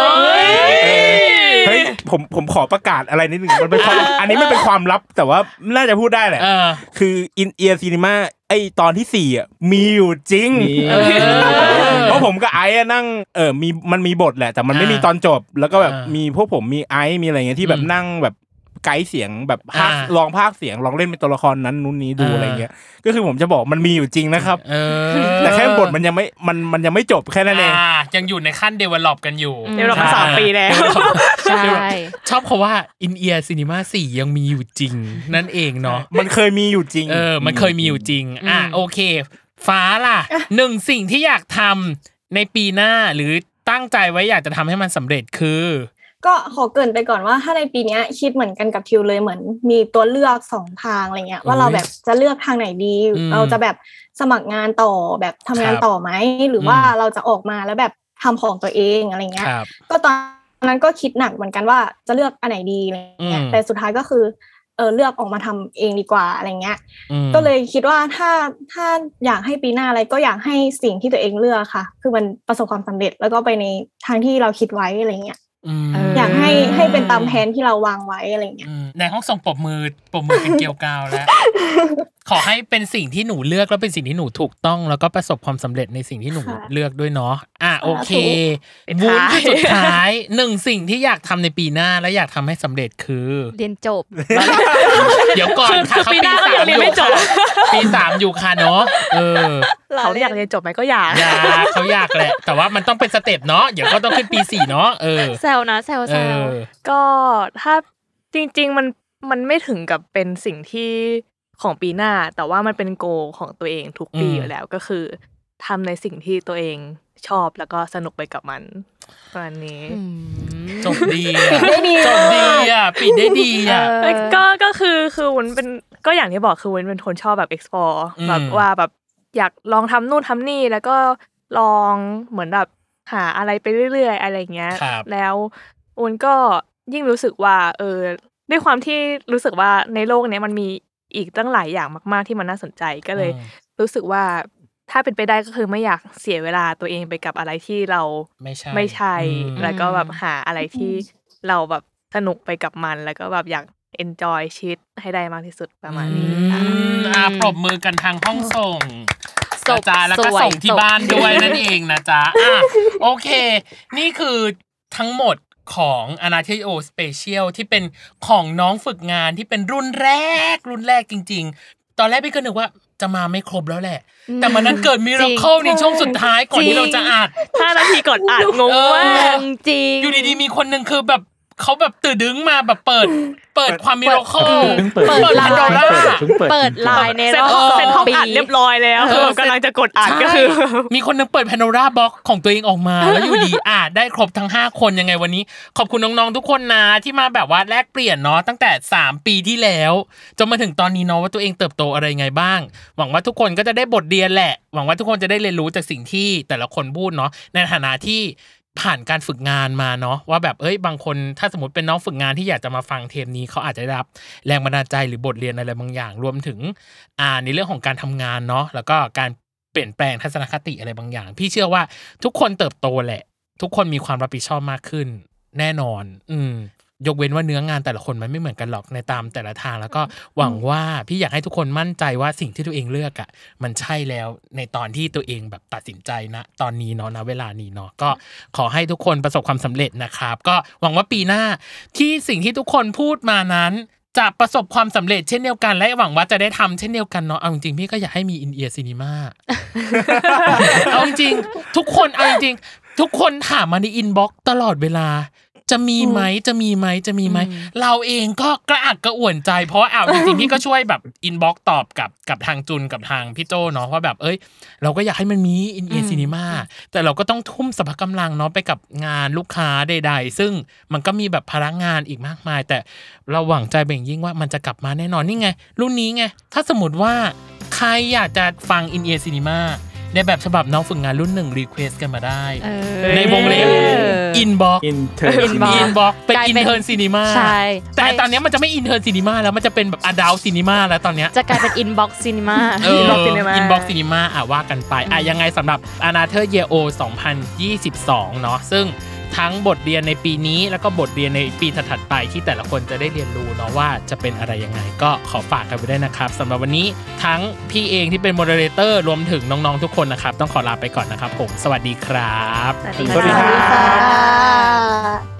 เฮ้ยผมขอประกาศอะไรนิดนึงมันเป็นความอันนี้มันเป็นความลับแต่ว่าน่าจะพูดได้แหละคืออินเดียซินีมาไอตอนที่4อ่ะมีอยู่จริงเพราะผมกับไอ้นั่งมันมีบทแหละแต่มันไม่มีตอนจบแล้วก็แบบมีพวกผมมีไอ้มีอะไรเงี้ยที่แบบนั่งแบบไกด์เสียงแบบลองพากย์เสียงลองเล่นเป็นตัวละครนั้นนู้นนี้ดูอะไรเงี้ยก็คือผมจะบอกมันมีอยู่จริงนะครับแต่แค่บทมันยังไม่จบแค่นั้นเองยังอยู่ในขั้น develop กันอยู่ develop มา3 ปีแล้วใช่ชอบเขาว่า In Ear Cinema 4ยังมีอยู่จริงนั่นเองเนาะมันเคยมีอยู่จริงมันเคยมีอยู่จริงโอเคฟ้าล่ะ1สิ่งที่อยากทำในปีหน้าหรือตั้งใจไว้อยากจะทำให้มันสำเร็จคือก็ขอเกริ่นไปก่อนว่าถ้าในปีนี้คิดเหมือนกันกับทิวเลยเหมือนมีตัวเลือก2ทางอะไรเงี้ยว่าเราแบบจะเลือกทางไหนดีเราจะแบบสมัครงานต่อแบบทำงานต่อไหมหรือว่าเราจะออกมาแล้วแบบทำของตัวเองอะไรเงี้ยก็ตอนนั้นก็คิดหนักเหมือนกันว่าจะเลือกอันไหนดีอะไรเงี้ยแต่สุดท้ายก็คือเลือกออกมาทำเองดีกว่าอะไรเงี้ยก็เลยคิดว่าถ้าอยากให้ปีหน้าอะไรก็อยากให้สิ่งที่ตัวเองเลือกค่ะคือมันประสบความสำเร็จแล้วก็ไปในทางที่เราคิดไว้อะไรเงี้ยอยากให้เป็นตามแผนที่เราวางไว้อะไรเงี้ยในห้องส่งปรบมือเป็นเกลียวกาวแล้วขอให้เป็นสิ่งที่หนูเลือกแล้วเป็นสิ่งที่หนูถูกต้องแล้วก็ประสบความสำเร็จในสิ่งที่หนูเลือกด้วยเนาะโอเควุ้นที่สุดท้าย1สิ่งที่อยากทำในปีหน้าและอยากทำให้สำเร็จคือเรียนจบเดี๋ยวก่อนค่ะเขาปี3อยู่ค่ะปี3อยู่ค่ะเนาะเขาอยากเรียนจบไหมก็อยากเขาอยากแหละแต่ว่ามันต้องเป็นสเต็ปเนาะเดี๋ยวก็ต้องขึ้นปี4เนาะแซวนะแซวก็ถ้าจริงๆมันไม่ถึงกับเป็นสิ่งที่ของปีหน้าแต่ว่ามันเป็นโกของตัวเองทุกปีอยู่แล้วก็คือทำในสิ่งที่ตัวเองชอบแล้วก็สนุกไปกับมันตอนนี้จบดีปิดได้ดีปิดได้ดีก็คือวุ้นเป็นก็อย่างที่บอกคือวุ้นเป็นคนชอบแบบ explore แบบว่าแบบอยากลองทำนู่นทำนี่แล้วก็ลองเหมือนแบบหาอะไรไปเรื่อยๆอะไรเงี้ยแล้ววุ้นก็ยิ่งรู้สึกว่าด้วยความที่รู้สึกว่าในโลกนี้มันมีอีกตั้งหลายอย่างมากๆที่มันน่าสนใจก็เลยรู้สึกว่าถ้าเป็นไปได้ก็คือไม่อยากเสียเวลาตัวเองไปกับอะไรที่เราไม่ใช่แล้วก็แบบหาอะไรที่เราแบบสนุกไปกับมันแล้วก็แบบอยาก enjoy ชีวิตให้ได้มากที่สุดประมาณนี้ปรบมือกันทางห้องส่งจ้าแล้วก็ส่งที่บ้านด้วยนั่นเองนะจ๊ะโอเคนี่คือทั้งหมดของ Anatheo Special ที่เป็นของน้องฝึกงานที่เป็นรุ่นแรกจริงๆตอนแรกพี่ก็นึกว่าจะมาไม่ครบแล้วแหละแต่มันนั้นเกิดมิราเคิลในช่วงสุดท้ายก่อนที่เราจะอัด 5 นาทีก่อนอัดงงมากจริงอยู่ดีๆมีคนนึงคือแบบเขาแบบตื่นดึงมาแบบเปิดความมิราเคิลเปิดไลน์ในรอบเซ็นห้องอัดเรียบร้อยแล้วคือกำลังจะกดอัดก็คือมีคนนึงเปิด Pandora Box ของตัวเองออกมาแล้วอยู่ดีได้ครบทั้ง5คนยังไงวันนี้ขอบคุณน้องๆทุกคนนะที่มาแบบว่าแลกเปลี่ยนเนาะตั้งแต่3ปีที่แล้วจนมาถึงตอนนี้เนาะว่าตัวเองเติบโตอะไรไงบ้างหวังว่าทุกคนก็จะได้บทเรียนแหละหวังว่าทุกคนจะได้เรียนรู้จากสิ่งที่แต่ละคนพูดเนาะในฐานะที่ผ่านการฝึกงานมาเนาะว่าแบบบางคนถ้าสมมติเป็นน้องฝึกงานที่อยากจะมาฟังเทปนี้เขาอาจจะได้รับแรงบันดาลใจหรือบทเรียนอะไรบางอย่างรวมถึงในเรื่องของการทำงานเนาะแล้วก็การเปลี่ยนแปลงทัศนคติอะไรบางอย่างพี่เชื่อว่าทุกคนเติบโตแหละทุกคนมีความรับผิดชอบมากขึ้นแน่นอนยกเว้นว่าเนื้องานแต่ละคนมันไม่เหมือนกันหรอกในตามแต่ละทางแล้วก็หวังว่าพี่อยากให้ทุกคนมั่นใจว่าสิ่งที่ตัวเองเลือกมันใช่แล้วในตอนที่ตัวเองแบบตัดสินใจนะตอนนี้เนาะณเวลานี้เนาะก็ขอให้ทุกคนประสบความสำเร็จนะครับก็หวังว่าปีหน้าที่สิ่งที่ทุกคนพูดมานั้นจะประสบความสำเร็จเช่นเดียวกันและหวังว่าจะได้ทำเช่นเดียวกันเนาะเอาจริงๆพี่ก็อยากให้มีอินเอียร์ซีนีมาเอาจริงๆทุกคนเอาจริงๆทุกคนถามมาในอินบ็อกซ์ตลอดเวลาจะมีไหมเราเองก็กระอักกระอ่วนใจเพราะจริงๆพี่ก็ช่วยแบบอินบ็อกซ์ตอบกับทางจุนกับทางพี่โจเนาะว่าแบบเราก็อยากให้มันมีอินเอียร์ซีนีมาแต่เราก็ต้องทุ่มสรรพกำลังเนาะไปกับงานลูกค้าใดๆซึ่งมันก็มีแบบพลังงานอีกมากมายแต่เราหวังใจเบ่งยิ่งว่ามันจะกลับมาแน่นอนนี่ไงรุ่นนี้ไงถ้าสมมติว่าใครอยากจะฟังอินเอียร์ซีนีมาในแบบฉบับน้องฝึกงานรุ่น1รีเควสกันมาได้ในวงเล็บอินบ็อกเป็นอินเทิร์นซีนีมาแต่ตอนนี้มันจะไม่อินเทิร์นซีนีมาแล้วมันจะเป็นแบบอดัลซีนีมาแล้วตอนนี้จะกลายเป็นอินบ็อกซ์ซีนีมาอินบ็อกซ์ซีนีมาว่ากันไปยังไงสำหรับ Another Year O 2022เนาะซึ่งทั้งบทเรียนในปีนี้แล้วก็บทเรียนในปีถัดๆไปที่แต่ละคนจะได้เรียนรู้เนาะว่าจะเป็นอะไรยังไงก็ขอฝากกันไปด้วยนะครับสำหรับวันนี้ทั้งพี่เองที่เป็นโมเดเลเตอร์รวมถึงน้องๆทุกคนนะครับต้องขอลาไปก่อนนะครับผมสวัสดีครับสวัสดีค่ะ